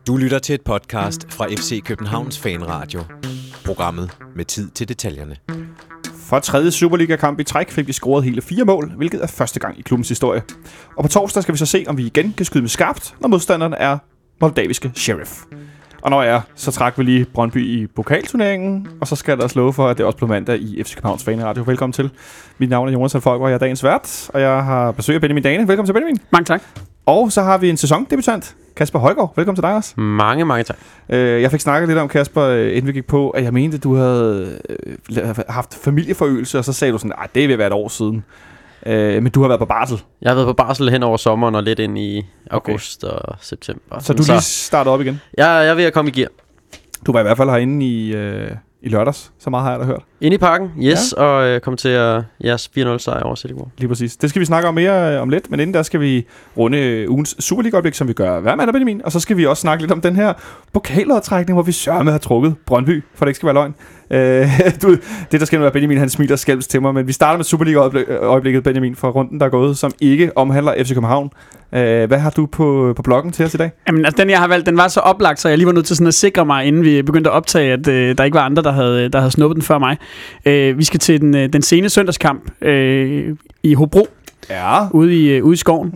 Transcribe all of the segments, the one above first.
Du lytter til et podcast fra FC Københavns Fanradio. Programmet med tid til detaljerne. For tredje Superliga-kamp i træk fik vi scoret hele 4 mål, hvilket er første gang i klubbens historie. Og på torsdag skal vi så se, om vi igen kan skyde med skarpt, når modstanderen er moldaviske Sheriff. Og når jeg så trak vi lige Brøndby i pokalturneringen, og så skal der slå for, at det også blev mandag i FC Københavns Fanradio. Velkommen til. Mit navn er Jonas Halfolk, og jeg er dagens vært, og jeg har besøg af Benjamin Dane. Velkommen til, Benjamin. Mange tak. Og så har vi en sæsondebutant, Kasper Højgaard. Velkommen til dig også. Mange tak. Jeg fik snakket lidt om, Kasper, inden vi gik på, at jeg mente, at du havde haft familieforøgelse, og så sagde du sådan, at det vil være et år siden. Men du har været på barsel. Jeg har været på barsel hen over sommeren og lidt ind i august og september. Så du lige starter op igen? Jeg er ved at komme i gear. Du var i hvert fald herinde i lørdags, så meget har jeg da hørt. Inde i parken, yes, ja. Og kom til jeres 4-0 sejr over Silkeborg. Lige præcis. Det skal vi snakke om mere om lidt, men inden der skal vi runde ugens Superliga-øjeblik, som vi gør hver mandag, Benjamin. Og så skal vi også snakke lidt om den her pokalodtrækning, hvor vi sørme har trukket Brøndby, for det ikke skal være løgn. Det der skal nu være, Benjamin, han smiler skælvs til mig, men vi starter med Superliga-øjeblikket, Benjamin, fra runden, der er gået, som ikke omhandler FC København. Hvad har du på bloggen til os i dag? Jamen, altså, den jeg har valgt, den var så oplagt, så jeg lige var nødt til sådan at sikre mig, inden vi begyndte at optage, at der ikke var andre, der havde snuppet den før mig. Vi skal til den sene søndagskamp i Hobro. Ja. Ude i skoven.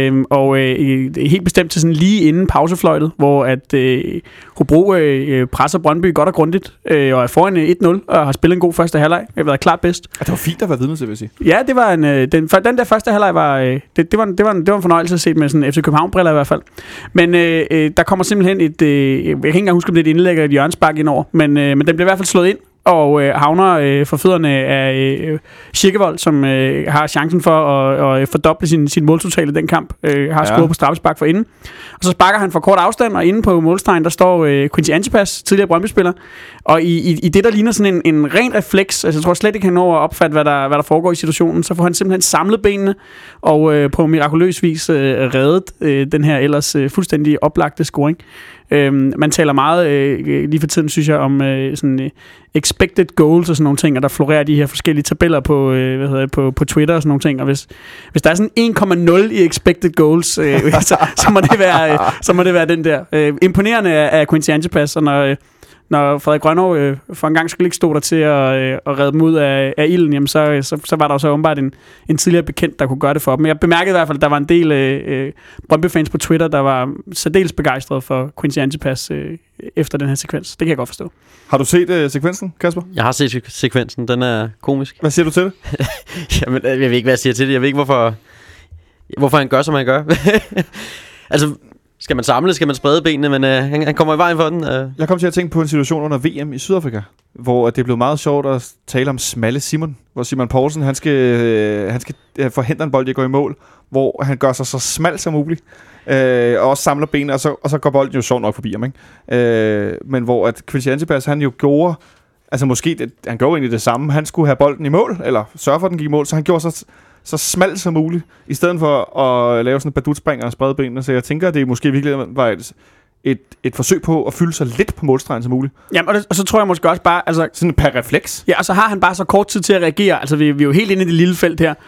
Helt bestemt til sådan lige inden pausefløjtet, hvor at Hobro presser Brøndby godt og grundigt, og er foran 1-0 og har spillet en god første halvleg. Det har været klart bedst. Det var fint at være vidne til, vil jeg sige. Ja, det var den der første halvleg var det var en fornøjelse at se med sådan FC København-briller i hvert fald. Men der kommer simpelthen jeg kan ikke engang huske, om det er et indlæg eller et hjørnespark indover, men den bliver i hvert fald slået ind. Og havner for fødderne af Schirkevold, som har chancen for at fordoble sin måltotal i den kamp. Har scoret på straffespark for inden. Og så sparker han fra kort afstand, og inde på målstregen, der står Quincy Antipas, tidligere Brøndby-spiller. Og i det, der ligner sådan en ren refleks, altså jeg tror slet ikke, han når at opfatte, hvad der foregår i situationen, så får han simpelthen samlet benene, og på mirakuløs vis reddet den her ellers fuldstændig oplagte scoring. Man taler meget lige for tiden, synes jeg, om sådan expected goals og sådan nogle ting, og der florerer de her forskellige tabeller på på Twitter og sådan nogle ting. Og hvis der er sådan 1,0 i expected goals, så må det være den der. Imponerende af Quincy Antipas, og når Frederik Grønov for en gang skulle ikke stå der til at redde dem ud af ilden, jamen så var der også åbenbart en tidligere bekendt, der kunne gøre det for dem. Men jeg bemærkede i hvert fald, at der var en del Brøndby-fans på Twitter, der var særdeles begejstrede for Quincy Antipas efter den her sekvens. Det kan jeg godt forstå. Har du set sekvensen, Kasper? Jeg har set sekvensen. Den er komisk. Hvad siger du til det? Jamen, jeg ved ikke, hvad jeg siger til det. Jeg ved ikke, hvorfor han gør, som han gør. Altså, skal man samle, skal man sprede benene, men han kommer i vejen for den. Jeg kom til at tænke på en situation under VM i Sydafrika, hvor det blev meget sjovt at tale om smalle Simon, hvor Simon Poulsen, han skal forhindre en bold, der går i mål, hvor han gør sig så smal som muligt, og også samler benene, og så går bolden jo sjovt nok forbi ham, ikke? Men hvor at Quincy Antipas, han jo gjorde, altså måske, han gjorde egentlig det samme, han skulle have bolden i mål, eller sørge for, at den gik i mål, så han gjorde sig så smalt som muligt, i stedet for at lave sådan et badutspring og sprede benene. Så jeg tænker, at det måske virkelig var et forsøg på at fylde sig lidt på målstregen som muligt. Jamen, og så tror jeg måske også bare, altså sådan per refleks. Ja, og så har han bare så kort tid til at reagere. Altså, vi er jo helt inde i det lille felt her.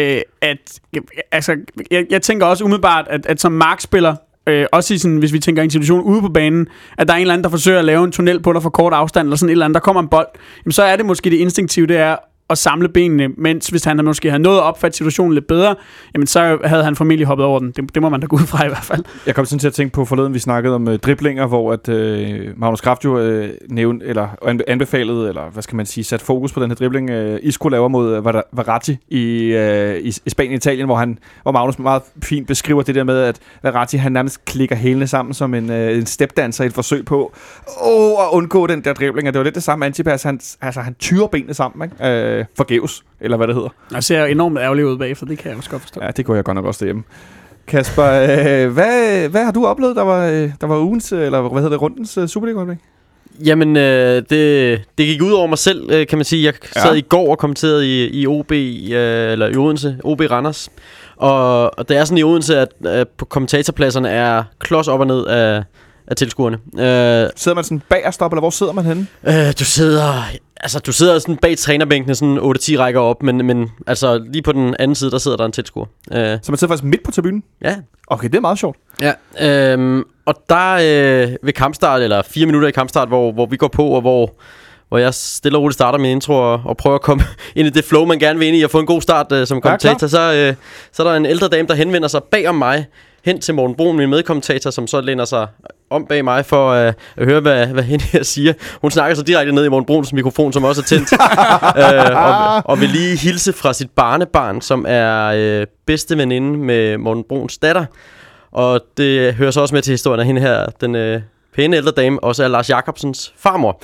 Jeg tænker også umiddelbart, at som markspiller, også i sådan, hvis vi tænker en situation ude på banen, at der er en eller anden, der forsøger at lave en tunnel på dig for kort afstand, eller sådan et eller andet, der kommer en bold, jamen, så er det måske det instinktive, det er at samle benene, mens hvis han måske havde nået at opfatte situationen lidt bedre, jamen så havde han formentlig hoppet over den. Det må man da gå ud fra i hvert fald. Jeg kom sådan til at tænke på forleden, vi snakkede om driblinger, hvor at Magnus Kraft jo nævnte, eller anbefalede, eller hvad skal man sige, sat fokus på den her dribling, Isco laver mod Verratti i Spanien og Italien, hvor Magnus meget fint beskriver det der med, at Verratti, han nærmest klikker hælene sammen som en stepdanser i et forsøg på at undgå den der dribling, og det var lidt det samme. Antipas, han tyrer benene sammen, ikke? Forgæves, eller hvad det hedder. Jeg ser enormt ærgerlig ud bagefter, det kan jeg også godt forstå. Ja, det går jeg godt nok også derhjemme. Kasper, hvad har du oplevet, der var ugens, eller hvad hedder det, rundens Superliga-øjeblik? Jamen, det gik ud over mig selv, kan man sige. Jeg sad i går og kommenterede i OB, eller i Odense, OB Randers. Og det er sådan i Odense, at på kommentatorpladserne er klods op og ned af tilskuerne. Sidder man sådan bagerst op, eller hvor sidder man henne? Du sidder sådan bag trænerbænkene, sådan 8-10 rækker op, men altså lige på den anden side, der sidder der en tilskuer. Så man sidder faktisk midt på tribunen? Ja. Okay, det er meget sjovt. Ja, Og der ved kampstart, eller 4 minutter i kampstart, hvor vi går på, og hvor jeg stille og roligt starter min intro og prøver at komme ind i det flow, man gerne vil ind i, og få en god start som kommentator, så er der en ældre dame, der henvender sig bag om mig, hen til Morten Brun, min medkommentator, som så læner sig om bag mig for at høre, hvad hende her siger. Hun snakker så direkte ned i Morten Bruns mikrofon, som også er tændt, og vil lige hilse fra sit barnebarn, som er bedste veninde med Morten Bruns datter. Og det hører så også med til historien af hende her, den pæne ældre dame, også er Lars Jacobsens farmor.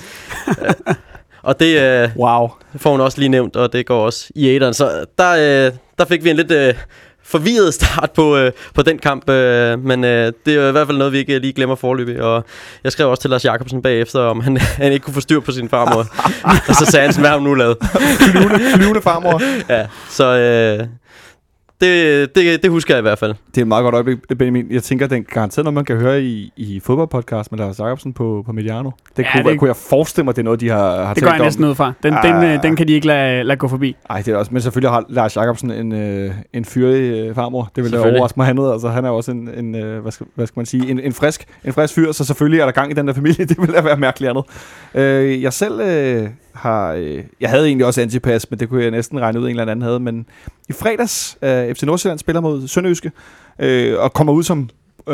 Og det får hun også lige nævnt, og det går også i æteren. Så der fik vi en lidt forvirret start på den kamp, men det er i hvert fald noget, vi ikke lige glemmer forløbig. Og jeg skrev også til Lars Jacobsen bagefter, om han ikke kunne få styr på sin farmor. Og så sagde han, hvad har hun nu lavet? Flyvende farmor. Ja, så det husker jeg i hvert fald. Det er et meget godt øjeblik, Benjamin. Jeg tænker, den garanteret noget, man kan høre i fodboldpodcast med Lars Jacobsen på Mediano. Det kunne jeg forestille mig, det er noget, de har talt om. Det går jeg næsten ud fra. Den kan de ikke lade gå forbi. Nej, det er også. Men selvfølgelig har Lars Jacobsen en fyrig farmor. Det vil da overraske mig, altså, han er også en hvad skal man sige, en frisk fyr, så selvfølgelig er der gang i den der familie. Det vil da være mærkeligt andet. Jeg selv jeg havde egentlig også antipas, men det kunne jeg næsten regne ud, en eller anden havde. Men i fredags, FC Nordsjælland spiller mod Sønderjyske, og kommer ud som,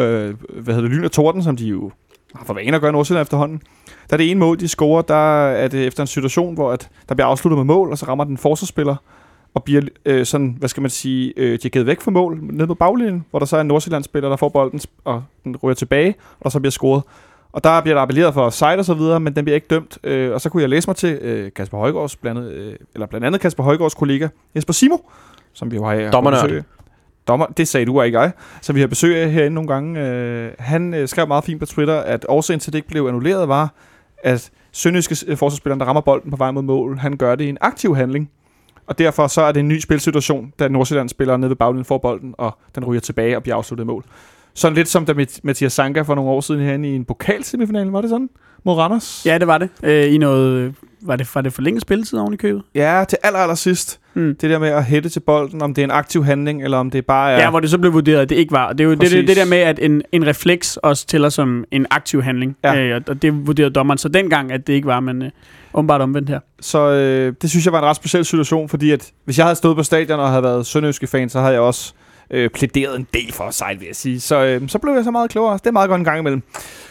Lyn og Torden, som de jo har for vane at gøre Nordsjælland efterhånden. Der er det ene mål, de scorer, der er det efter en situation, hvor der bliver afsluttet med mål, og så rammer den forsvarsspiller, og bliver sådan, hvad skal man sige, de er givet væk fra mål, ned på baglinjen, hvor der så er en Nordsjælland-spiller, der får bolden, og den ryger tilbage, og der så bliver scoret. Og der bliver der appelleret for offside og så videre, men den bliver ikke dømt. Og så kunne jeg læse mig til Kasper Højgaards, blandt andet Kasper Højgaards kollega Jesper Simo, som vi jo har besøg. Det sagde du og ikke jeg. Så vi har besøg af herinde nogle gange. Han skrev meget fint på Twitter, at årsagen til, at det ikke blev annulleret, var, at sønderjyske forsvarsspilleren, der rammer bolden på vej mod mål, han gør det i en aktiv handling. Og derfor så er det en ny spilsituation, da Nordsjælland spiller nede ved baglinjen for bolden, og den ryger tilbage og bliver afsluttet mål. Sådan lidt som da Mathias Sanka for nogle år siden herinde i en pokalsemifinalen, var det sådan? Mod Randers? Ja, det var det. I noget... Var det forlænget spilletid oven i købet? Ja, til aller sidst. Det der med at hætte til bolden, om det er en aktiv handling, eller om det bare er... Ja, hvor det så blev vurderet, at det ikke var. Det er jo det der med, at en refleks også tæller som en aktiv handling. Ja. Og det vurderede dommeren så dengang, at det ikke var, men åbenbart omvendt her. Så det synes jeg var en ret speciel situation, fordi at hvis jeg havde stået på stadion og havde været sønderjyske fan, så havde jeg også plæderet en del for sejt, vil jeg sige. Så blev jeg så meget klogere. Det er meget godt en gang imellem.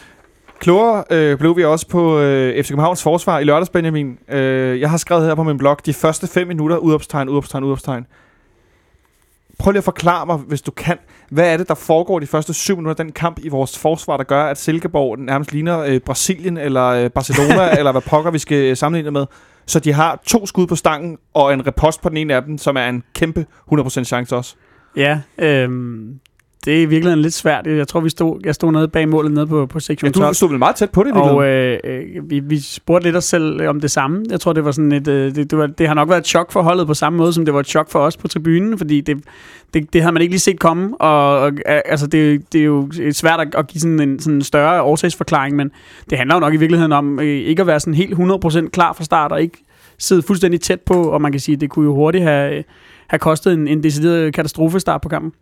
Klogere blev vi også på FC Københavns forsvar i lørdags, Benjamin. Jeg har skrevet her på min blog, de første 5 minutter, udopstegn. Prøv lige at forklare mig, hvis du kan, hvad er det, der foregår de første 7 minutter, den kamp i vores forsvar, der gør, at Silkeborg nærmest ligner Brasilien eller Barcelona, eller hvad pokker vi skal sammenligne med, så de har 2 skud på stangen og en repost på den ene af dem, som er en kæmpe 100% chance også. Ja, det er virkelig lidt svært. Jeg tror, jeg stod nede bag målet nede på sektion 12. Du stod vel meget tæt på det, og vi spurgte lidt os selv om det samme. Jeg tror, det var sådan det har nok været et chok for holdet på samme måde, som det var et chok for os på tribunen, fordi det havde man ikke lige set komme, og altså det er jo svært at give sådan en større årsagsforklaring, men det handler jo nok i virkeligheden om ikke at være sådan helt 100% klar fra start, og ikke sidde fuldstændig tæt på, og man kan sige, at det kunne jo hurtigt have kostet en decideret katastrofestart på kampen.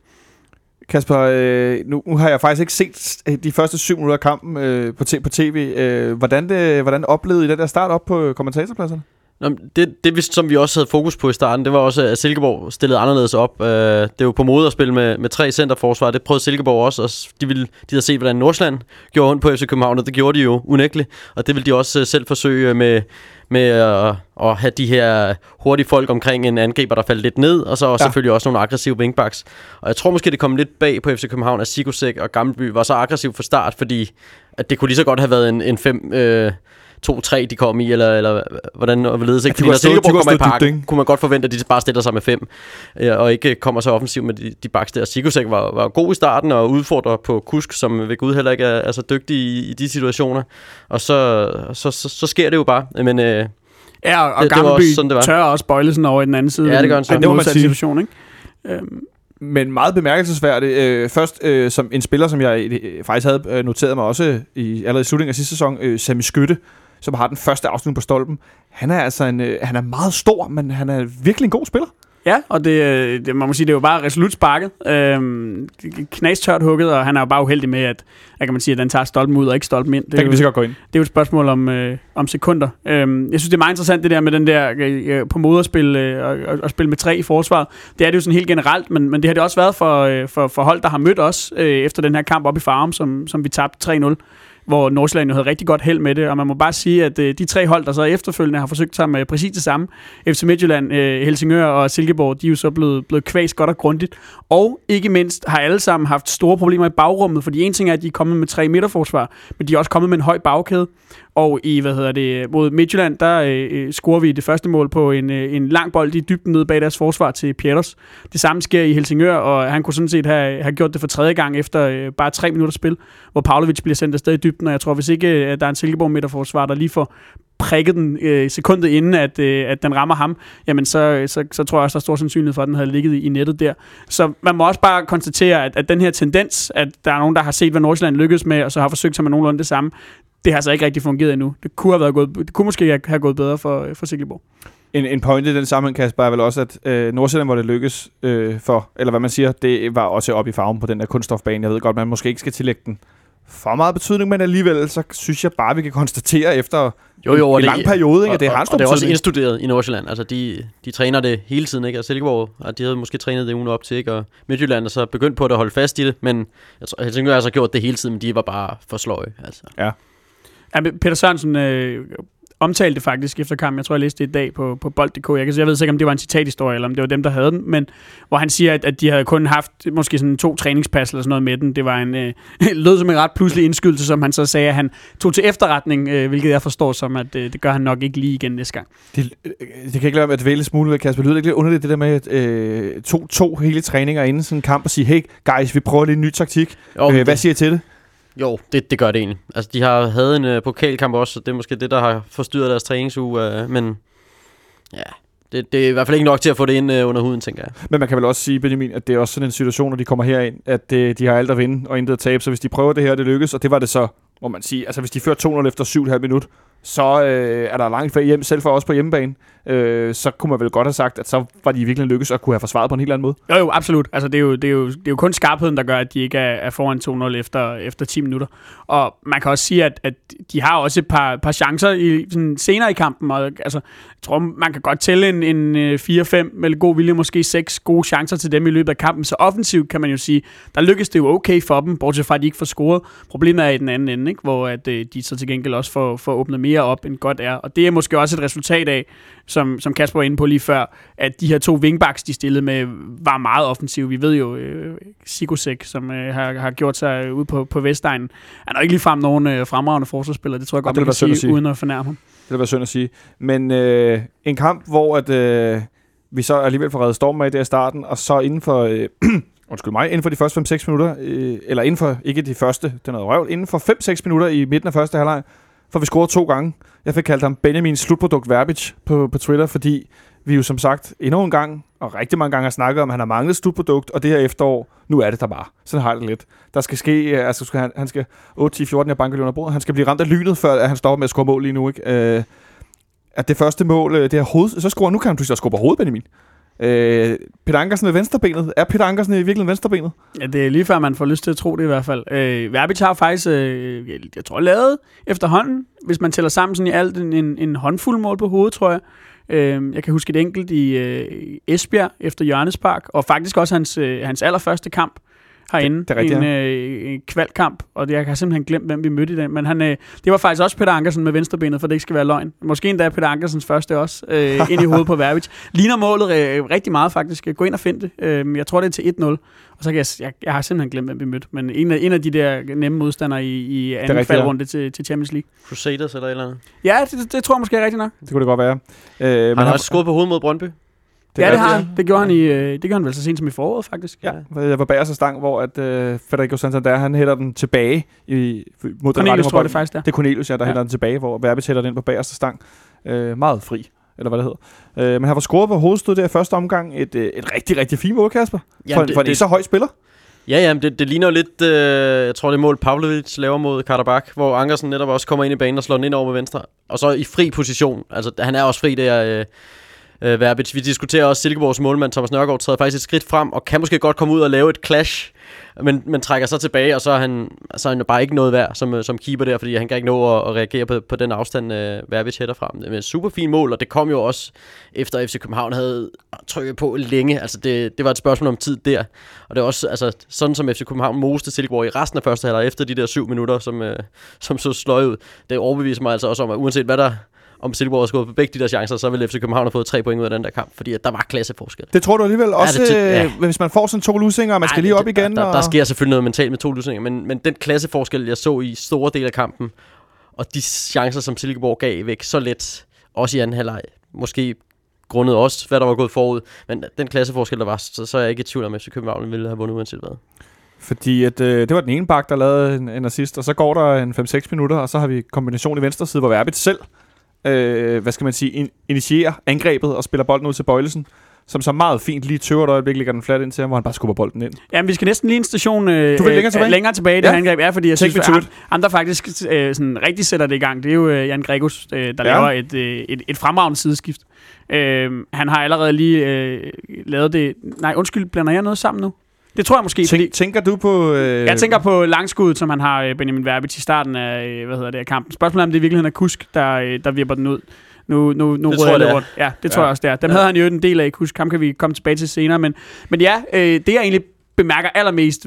Kasper, nu har jeg faktisk ikke set de første 7 minutter af kampen på tv. Hvordan oplevede I den der start op på kommentatorpladserne? Det som vi også havde fokus på i starten, det var også, at Silkeborg stillede anderledes op. Det var på mode at spille med 3 centerforsvar. Det prøvede Silkeborg også, og de havde set, hvordan Nordsjælland gjorde ondt på FC København, og det gjorde de jo unægteligt. Og det ville de også selv forsøge med at have de her hurtige folk omkring en angriber, der faldt lidt ned, og så selvfølgelig også nogle aggressive wingbacks. Og jeg tror måske, det kom lidt bag på FC København, at Sigurdsek og Gammelby var så aggressiv fra start, fordi at det kunne lige så godt have været en 5-2-3, de kom i, eller hvordan og hvorledes ikke. Fordi når Silkeborg kommer i parken, kunne man godt forvente, at de bare stiller sig med 5, og ikke kommer så offensivt med de backs der. Sigurdsek var god i starten, og udfordrer på Kusk, som ved Gud heller ikke er så dygtig i de situationer. Og så sker det jo bare. Men og Gammelby tør også Bøjlesen over i den anden side. Ja, det gør han så. Det var en situation, ikke? Men meget bemærkelsesværdigt. Først som en spiller, som jeg faktisk havde noteret mig også allerede i slutningen af sidste sæson, Sami Skytte, som har den første afslutning på stolpen. Han er altså han er meget stor, men han er virkelig en god spiller. Ja, og det man må sige, det er jo bare resolut sparket. Knastørt hugget, og han er jo bare uheldig med, at kan man sige, at den tager stolpen ud og ikke stolpen ind. Det kan vi så godt gå ind. Det er jo et spørgsmål om sekunder. Jeg synes, det er meget interessant det der med den der på moderspil og spille med 3 i forsvaret. Det er det jo sådan helt generelt, men det har det også været for hold, der har mødt os efter den her kamp op i Farum, som vi tabte 3-0. Hvor Nordsjælland jo havde rigtig godt held med det, og man må bare sige, at de 3 hold, der så efterfølgende har forsøgt sig med præcis det samme, FC Midtjylland, Helsingør og Silkeborg, de er jo så blevet kvæst godt og grundigt, og ikke mindst har alle sammen haft store problemer i bagrummet, fordi en ting er, at de er kommet med 3 midterforsvar, men de er også kommet med en høj bagkæde, og i, mod Midtjylland, der scorer vi det første mål på en lang bold i dybden nede bag deres forsvar til Pieters. Det samme sker i Helsingør, og han kunne sådan set have gjort det for 3. gang efter bare 3 minutter spil, hvor Pavlovic bliver sendt afsted i dybden, og jeg tror, hvis ikke der er en Silkeborg midterforsvar, der lige får prikket den sekundet inden, at den rammer ham, jamen så tror jeg også, der er stor sandsynlighed for, at den havde ligget i nettet der. Så man må også bare konstatere, at den her tendens, at der er nogen, der har set, hvad Nordsjælland lykkedes med, og så har forsøgt sig med nogenlunde det samme, det har så ikke rigtig fungeret endnu. Det kunne måske have gået bedre for Silkeborg. En pointe i den sammenhæng, Kasper, er vel også, at Nordsjælland, hvor det lykkes for, eller hvad man siger, det var også oppe i Farum på den der kunststofbane. Jeg ved godt, man måske ikke skal tillægge den for meget betydning, men alligevel, så synes jeg bare, vi kan konstatere efter en lang periode, ikke, at det har en stor betydning. Og det er også indstuderet i Nordsjælland. Altså, de træner det hele tiden, ikke? Og Silkeborg, og de havde måske trænet det ugen op til, ikke? Og Midtjylland er så begyndt på at holde fast i det, men jeg tror, Helsingør har så gjort det hele tiden, men de var bare for sløje. Altså. Ja, Peter Sørensen omtalte faktisk efter kampen, jeg tror, jeg læste det i dag på bold.dk. Jeg ved ikke, om det var en citathistorie, eller om det var dem, der havde den, men hvor han siger, at de havde kun haft måske sådan 2 træningspas eller sådan noget med den. Det var en lød som en ret pludselig indskydelse, som han så sagde, at han tog til efterretning, hvilket jeg forstår som, at det gør han nok ikke lige igen næste gang. Det kan ikke lade med at dvæle smule ved, Kasper. Det lyder ikke lidt underligt, det der med 2 hele træninger inden sådan en kamp og sige, hey guys, vi prøver lige en ny taktik. Hvad siger I til det? Jo, det gør det egentlig. Altså, de har havde en pokalkamp også, så det er måske det, der har forstyrret deres træningsuge, men ja, det er i hvert fald ikke nok til at få det ind under huden, tænker jeg. Men man kan vel også sige, Benjamin, at det er også sådan en situation, når de kommer herind, at de har alt at vinde og intet at tabe, så hvis de prøver det her, det lykkes, og det var det så, må man sige, altså hvis de fører 2-0 efter 7,5 minut, så er der langt fra hjem, selv for os på hjemmebane, så kunne man vel godt have sagt, at så var de virkelig lykkes og kunne have forsvaret på en helt anden måde. Jo, absolut. Altså, det er jo kun skarpheden, der gør, at de ikke er foran 2-0 efter 10 minutter. Og man kan også sige, at de har også et par chancer sådan senere i kampen. Og, altså, jeg tror, man kan godt tælle en 4-5 med god vilje, måske 6 gode chancer til dem i løbet af kampen. Så offensivt kan man jo sige, der lykkes det jo okay for dem, bortset fra, at de ikke får scoret. Problemet er i den anden ende, ikke? Hvor at, de så til gengæld også får åbnet mere op, end godt er. Og det er måske også et resultat af, som Kasper var inde på lige før, at de her 2 wingbacks, de stillede med, var meget offensive. Vi ved jo, Sigosek, som har gjort sig ude på Vestegnen, er nok ikke ligefrem nogen fremragende forsvarsspiller. Det tror jeg godt, man kan sige, uden at fornærme ham. Det var synd at sige. Men en kamp, hvor at, vi så alligevel får reddet stormen med i det i starten, og så inden for... inden for de første 5-6 minutter, eller inden for, ikke de første, den havde røvl, inden for 5-6 minutter i midten af første halvleg, for vi scorede 2 gange. Jeg fik kaldt ham Benjamins slutprodukt Verbic på Twitter, fordi vi jo som sagt endnu en gang, og rigtig mange gange har snakket om, at han har manglet slutprodukt, og det her efterår, nu er det der bare. Sådan har det lidt. Der skal ske, altså han skal 8-10-14 af banker under bordet, han skal blive ramt af lynet, før at han stopper med at score mål lige nu, ikke? At det første mål, det her hoved, så scorer nu kan han pludselig score på hovedet, Benjamin. Peter Ankersen med venstrebenet. Er Peter Ankersen i virkeligheden venstrebenet? Ja, det er lige før man får lyst til at tro det i hvert fald. Verbic har faktisk, jeg tror, lavet efterhånden, hvis man tæller sammen sådan i alt, en håndfuld mål på hovedet, tror jeg. Jeg kan huske et enkelt i Esbjerg efter Hjørnespark, og faktisk også hans allerførste kamp herinde. Det er rigtigt, en kvalkamp, og jeg har simpelthen glemt, hvem vi mødte i den. Men det var faktisk også Peter Ankersen med venstrebenet, for det ikke skal være løgn. Måske endda Peter Ankersens første også, ind i hovedet på Verbic. Ligner målet rigtig meget faktisk. Gå ind og find det. Jeg tror, det er til 1-0. Og så kan jeg har simpelthen glemt, hvem vi mødte. Men en af de der nemme modstandere i anden kvalrunde til Champions League. Crusaders eller et eller andet? Ja, det tror jeg måske er rigtigt nok. Det kunne det godt være. Han har også scoret på hovedet mod Brøndby. Det har han. Det gjorde han vel så sent som i foråret, faktisk. Ja, jeg var bagerste stang, hvor at Federico Santander, han hætter den tilbage mod Cornelius, tror det faktisk der. Det er Cornelius, der hætter den tilbage, hvor Verbic hætter den på bagerste stang. Meget fri, eller hvad det hedder. Men han var scoret på hovedstød der i første omgang. Et rigtig, rigtig fint mål, Kasper. For en ikke så høj spiller. Ja, det ligner jo lidt, jeg tror det er mål Pavlovic laver mod Karabakh, hvor Ankersen netop også kommer ind i banen og slår den ind over med venstre. Og så i fri position. Altså, han er også fri der... Verbic. Vi diskuterer også Silkeborgs målmand Thomas Nørgaard træder faktisk et skridt frem, og kan måske godt komme ud og lave et clash, men trækker så tilbage, og så er han jo bare ikke noget værd som keeper der, fordi han kan ikke nå at reagere på den afstand, Verbic hætter frem. Det er et super fint mål, og det kom jo også efter FC København havde trykket på længe. Altså det var et spørgsmål om tid der, og det er også altså, sådan som FC København moste Silkeborg i resten af første halvleg efter de der 7 minutter, som så sløj ud. Det overbeviser mig altså også om, at uanset hvad der om Silkeborg havde skåret på begge de der chancer, så ville FC København have fået 3 point ud af den der kamp, fordi at der var klasseforskel. Det tror du alligevel også, hvis man får sådan 2 lusinger, og man skal lige op igen? Der sker selvfølgelig noget mentalt med 2 lusinger, men den klasseforskel, jeg så i store dele af kampen, og de chancer, som Silkeborg gav væk så let, også i anden halvleg, måske grundet også, hvad der var gået forud, men den klasseforskel, der var, så er jeg ikke i tvivl om, at FC København ville have vundet uanset hvad. Fordi at, det var den ene bak, der lavede en assist, og så går der en 5-6 minutter, og så har vi kombination i venstre side, hvor Verbic selv initierer angrebet og spiller bolden ud til Bøjlesen, som så meget fint lige tøver et øjeblik, ligger den flat ind til ham, hvor han bare skubber bolden ind. Jamen, vi skal næsten lige en station længere tilbage i det her angreb, fordi jeg synes, at andre faktisk sådan rigtig sætter det i gang. Det er jo Jan Gregus, der laver et fremragende sideskift. Han har allerede lige lavet det... Nej, undskyld, blander jeg noget sammen nu? Det tror jeg måske. Tænker du på... Jeg tænker på langskuddet, som han har Benjamin Verbic i starten af, af kampen. Spørgsmålet er, om det i virkeligheden er Kusk, der vipper den ud. Nu rører jeg det rundt. Ja, det tror jeg også, det er. Dem havde han jo en del af, Kusk. Ham kan vi komme tilbage til senere. Men ja, det jeg egentlig bemærker allermest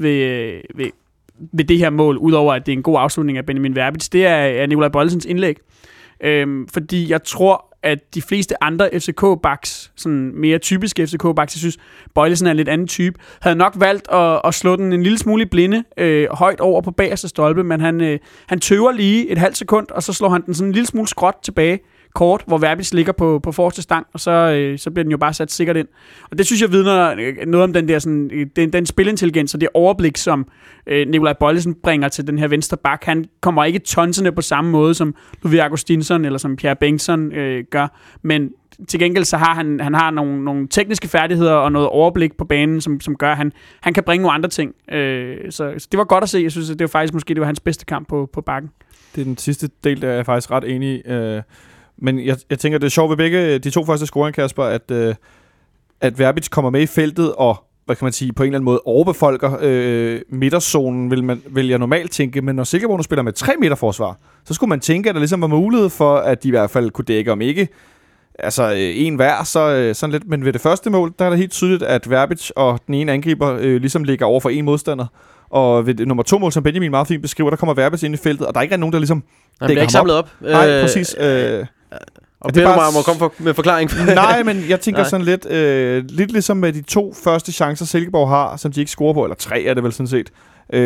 ved det her mål, udover at det er en god afslutning af Benjamin Verbic, det er Nikolaj Bøjlesens indlæg. Fordi jeg tror, at de fleste andre FCK-backs, sådan mere typiske FCK-backs, jeg synes, Bøjlesen er en lidt anden type, havde nok valgt at slå den en lille smule i blinde, højt over på bagerste stolpe, men han tøver lige et halvt sekund, og så slår han den sådan en lille smule skråt tilbage, kort, hvor Verbic ligger på forreste stang, og så bliver den jo bare sat sikkert ind. Og det synes jeg vidner noget om den der sådan, den spilintelligens og det overblik, som Nikolaj Bøjlesen bringer til den her venstre bak. Han kommer ikke tonsende på samme måde, som Ludvig Augustinsson eller som Pierre Bengtsson gør, men til gengæld så har han har nogle tekniske færdigheder og noget overblik på banen, som gør, at han kan bringe nogle andre ting. Så det var godt at se. Jeg synes, at det var faktisk måske hans bedste kamp på bakken. Det er den sidste del, der er jeg faktisk ret enig i. Men jeg tænker, det er sjovt ved begge de 2 første scoring, Kasper, at Verbic kommer med i feltet og, hvad kan man sige, på en eller anden måde overbefolker midterzonen, vil jeg normalt tænke. Men når Silkeborg nu spiller med 3 meter forsvar, så skulle man tænke, at der ligesom var mulighed for, at de i hvert fald kunne dække, om ikke en hver, så sådan lidt. Men ved det første mål, der er det helt tydeligt, at Verbic og den ene angriber ligesom ligger over for en modstander. Og ved nummer 2 mål, som Benjamin meget fint beskriver, der kommer Verbic ind i feltet, og der er ikke nogen, der ligesom han bliver ikke samlet op. Nej, præcis. Og det er bare må komme med forklaring. Nej, men jeg tænker sådan lidt ligesom med de 2 første chancer, Silkeborg har, som de ikke scorer på, eller 3 er det vel sådan set.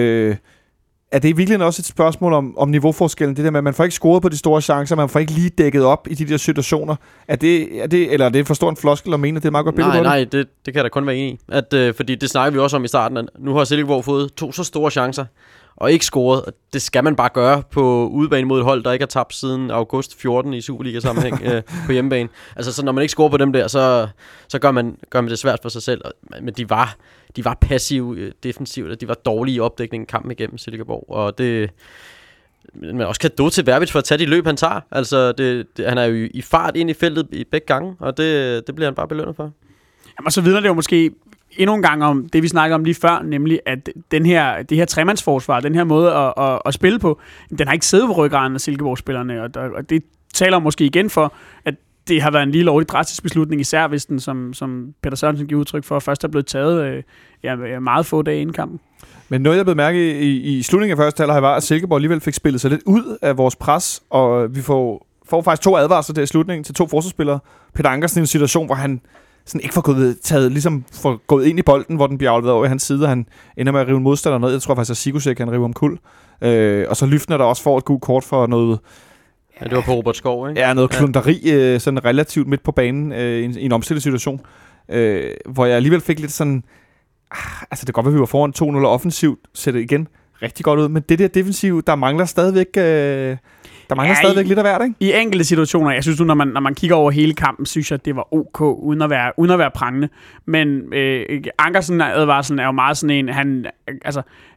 Er det virkelig også et spørgsmål om niveauforskellen? Det der med, at man får ikke scoret på de store chancer, man får ikke lige dækket op i de der situationer. Er det for stor en floskel at mene, at det er meget godt billede på det? Nej, det kan jeg da kun være enig i. Fordi det snakker vi også om i starten, at nu har Silkeborg fået 2 så store chancer, og ikke scoret. Det skal man bare gøre på udebane mod et hold, der ikke har tabt siden august 14 i Superliga-sammenhæng på hjemmebane. Altså, så når man ikke scorer på dem der, så gør man det svært for sig selv. Men de var passive defensivt, og de var dårlige i opdækningen kampen igennem Silkeborg. Og det... Men også kan til Verbic for at tage de løb, han tager. Altså, han er jo i fart ind i feltet i begge gange, og det bliver han bare belønnet for. Jamen, og så vidner det jo måske endnu en gang om det, vi snakkede om lige før, nemlig at det her tremandsforsvar, den her måde at spille på, den har ikke siddet på ryggraden af Silkeborg-spillerne, og det taler måske igen for, at det har været en lige lovlig drastisk beslutning, især hvis den, som Peter Sørensen giver udtryk for, først er blevet taget meget få dage inden kampen. Men noget, jeg blev mærke i slutningen af første halvleg, var, at Silkeborg alligevel fik spillet sig lidt ud af vores pres, og vi får faktisk 2 advarsler der i slutningen til 2 forsvarsspillere. Peter Ankersen i en situation, hvor han sådan ikke får gået ind i bolden, hvor den bliver afleveret over i hans side, og han ender med at rive modstanderen ned. Jeg tror faktisk, at Sigurdsek kan rive om kul. Og så Lyftner, der også får et gult kort for noget... Ja, det var på Robert Skov, ikke? Ja, noget klunderi, sådan relativt midt på banen i en omstillet situation, hvor jeg alligevel fik lidt sådan... Altså, det kan godt være, vi var foran 2-0 offensivt, ser det igen rigtig godt ud, men det der defensiv, der mangler stadigvæk... stadigvæk lidt af hvert, ikke? I enkelte situationer, jeg synes nu, når man kigger over hele kampen, synes jeg, at det var ok, uden at være prangende. Men Ankersen advarslen er jo meget sådan en,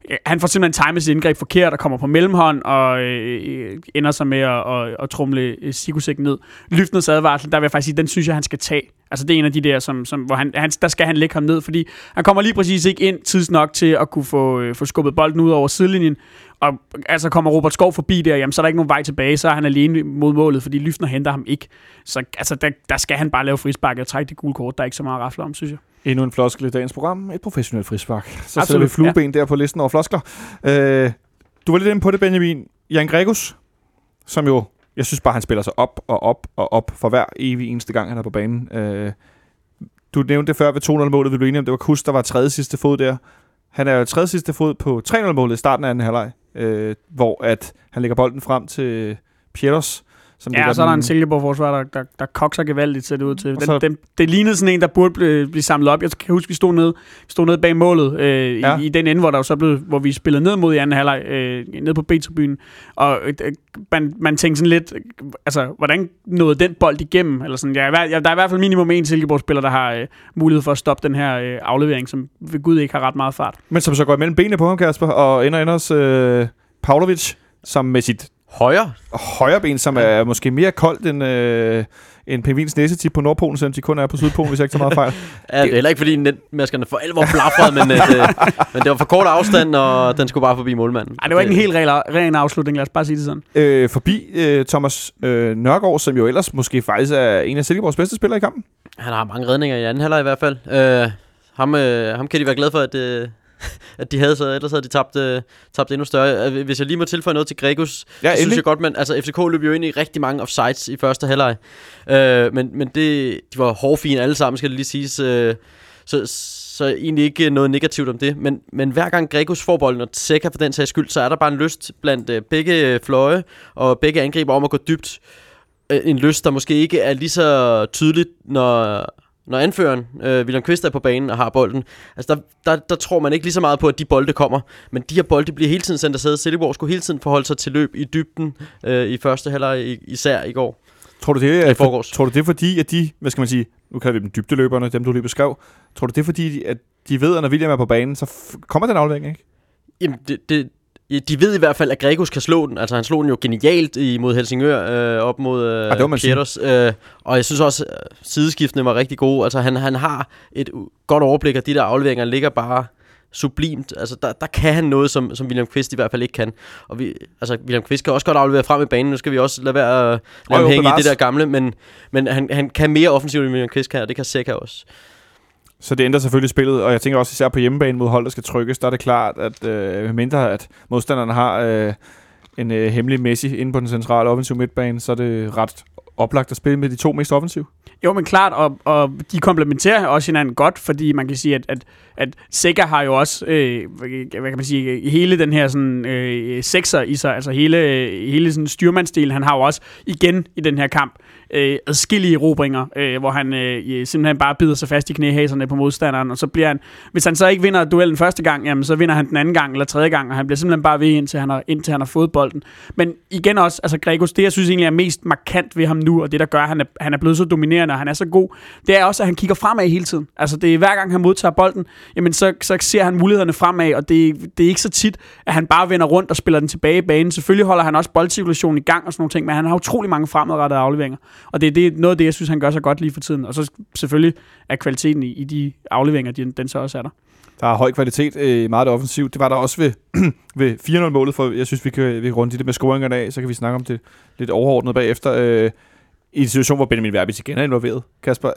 han får simpelthen timet sit indgreb forkert og kommer på mellemhånd og ender sig med at trumle Sigurdsek ned. Lyftners advarsel, der vil jeg faktisk sige, den synes jeg, han skal tage. Altså det er en af de der, hvor der skal han lægge ham ned, fordi han kommer lige præcis ikke ind tidsnok til at kunne få skubbet bolden ud over sidelinjen. Og altså kommer Robert Skov forbi der, jamen, så er der ikke nogen vej tilbage, så er han alene mod målet, fordi Lyftner henter ham ikke. Så altså, der skal han bare lave frispark og trække det gule kort. Der er ikke så meget at rafle om, synes jeg. Endnu en floskel i dagens program. Et professionelt frispark. Så sætter vi flueben der på listen over floskler. Du var lidt inde på det, Benjamin. Jan Gregus, som jo, jeg synes bare, han spiller sig op og op og op for hver evig eneste gang, han er på banen. Du nævnte det før ved 2-0-målet, vi blev enige om. Det var Kus, der var tredje sidste fod der. Han er jo tredje sidste fod på 3-0-målet i starten af anden halvleg, hvor at han lægger bolden frem til Pieters. Ja, så er der en Silkeborg-forsvar, der kokser gevaldigt, ser det ud til. Det lignede sådan en, der burde blive samlet op. Jeg kan huske, vi stod nede bag målet i den ende, hvor der så hvor vi spillede ned mod i anden halvleg, ned på B-tribunen. Og man tænkte sådan lidt, altså, hvordan nåede den bold igennem? Eller sådan. Der er i hvert fald minimum en Silkeborg-spiller, der har mulighed for at stoppe den her aflevering, som ved Gud ikke har ret meget fart. Men som så går imellem benene på ham, Kasper, og ender hos Pavlovic, som med sit højre ben, som er måske mere koldt end pingvins næsetip på Nordpolen, selvom de kun er på Sydpolen, hvis jeg ikke tager meget fejl. Ja, det er heller ikke, fordi netmaskerne for alvor blafrede, men det var for kort afstand, og den skulle bare forbi målmanden. Ej, det var ikke en helt ren afslutning, lad os bare sige det sådan. Forbi Thomas Nørgaard, som jo ellers måske faktisk er en af Silkeborgs bedste spillere i kampen. Han har mange redninger i anden halvleg i hvert fald. Ham kan de være glade for, at de havde, så ellers havde de tabt endnu større. Hvis jeg lige må tilføje noget til Gregus, så synes jeg godt, men altså FCK løb jo ind i rigtig mange offsides i første halvleg. Men de var hårfine alle sammen, skal det lige siges. Så egentlig ikke noget negativt om det. Men hver gang Gregus får bolden, og Zeca for den sags skyld, så er der bare en lyst blandt begge fløje og begge angriber om at gå dybt. En lyst, der måske ikke er lige så tydeligt, når anføreren, William Kvist, er på banen og har bolden. Altså der tror man ikke lige så meget på, at de bolde kommer. Men de her bolde bliver hele tiden sendt afsted. Silkeborg skulle hele tiden forholde sig til løb i dybden i første halvleg, især i går. Tror du det er fordi, at de, hvad skal man sige, nu kalder vi dem dybdeløberne, dem du lige beskrev. Tror du det er fordi, at de ved, at når William er på banen, så kommer den aflevering, ikke? Jamen, de ved i hvert fald, at Gregus kan slå den. Altså, han slog den jo genialt mod Helsingør op mod Pieters. Og jeg synes også, at sideskiftene var rigtig gode. Altså, han har et godt overblik, og de der afleveringer ligger bare sublimt. Altså, der kan han noget, som William Kvist i hvert fald ikke kan. Og William Kvist kan også godt aflevere frem i banen. Nu skal vi også lade være at hænge i det der gamle. Men han kan mere offensivt, end William Kvist kan, og det kan Zeca også. Så det ændrer selvfølgelig spillet, og jeg tænker også især på hjemmebane mod hold, der skal trykkes, der er det klart, at mindre at modstanderne har en hemmelig Messi inde på den centrale offensiv midtbane, så er det ret oplagt at spille med de to mest offensive. Jo, men klart, og de komplementerer også hinanden godt, fordi man kan sige, at Zeca har jo også, hvad kan man sige, hele den her sådan sekser i sig, altså hele sådan styrmandsdelen, han har jo også igen i den her kamp adskillige erobringer, hvor han simpelthen bare bider sig fast i knæhæserne på modstanderen, og så bliver han, hvis han så ikke vinder duellen første gang, jamen så vinder han den anden gang eller tredje gang, og han bliver simpelthen bare ved, indtil han har fået bolden. Men igen også, altså Gregus, det jeg synes egentlig er mest markant ved ham nu, og det der gør, at han er blevet så dominerende, og han er så god, det er også, at han kigger fremad hele tiden. Altså det er hver gang han modtager bolden, jamen så ser han mulighederne fremad, og det er ikke så tit, at han bare vender rundt og spiller den tilbage i banen. Selvfølgelig holder han også boldcirkulationen i gang og sådan nogle ting, men han har utrolig mange fremadrettede afleveringer. Og det er noget af det, jeg synes, han gør så godt lige for tiden. Og så selvfølgelig er kvaliteten i de afleveringer, den så også er der. Der er høj kvalitet i meget det offensivt. Det var der også ved 4-0-målet, for jeg synes, vi kan runde det med scoringerne af, så kan vi snakke om det lidt overordnet bagefter. I en situation, hvor Benjamin Verbic igen er involveret, Kasper.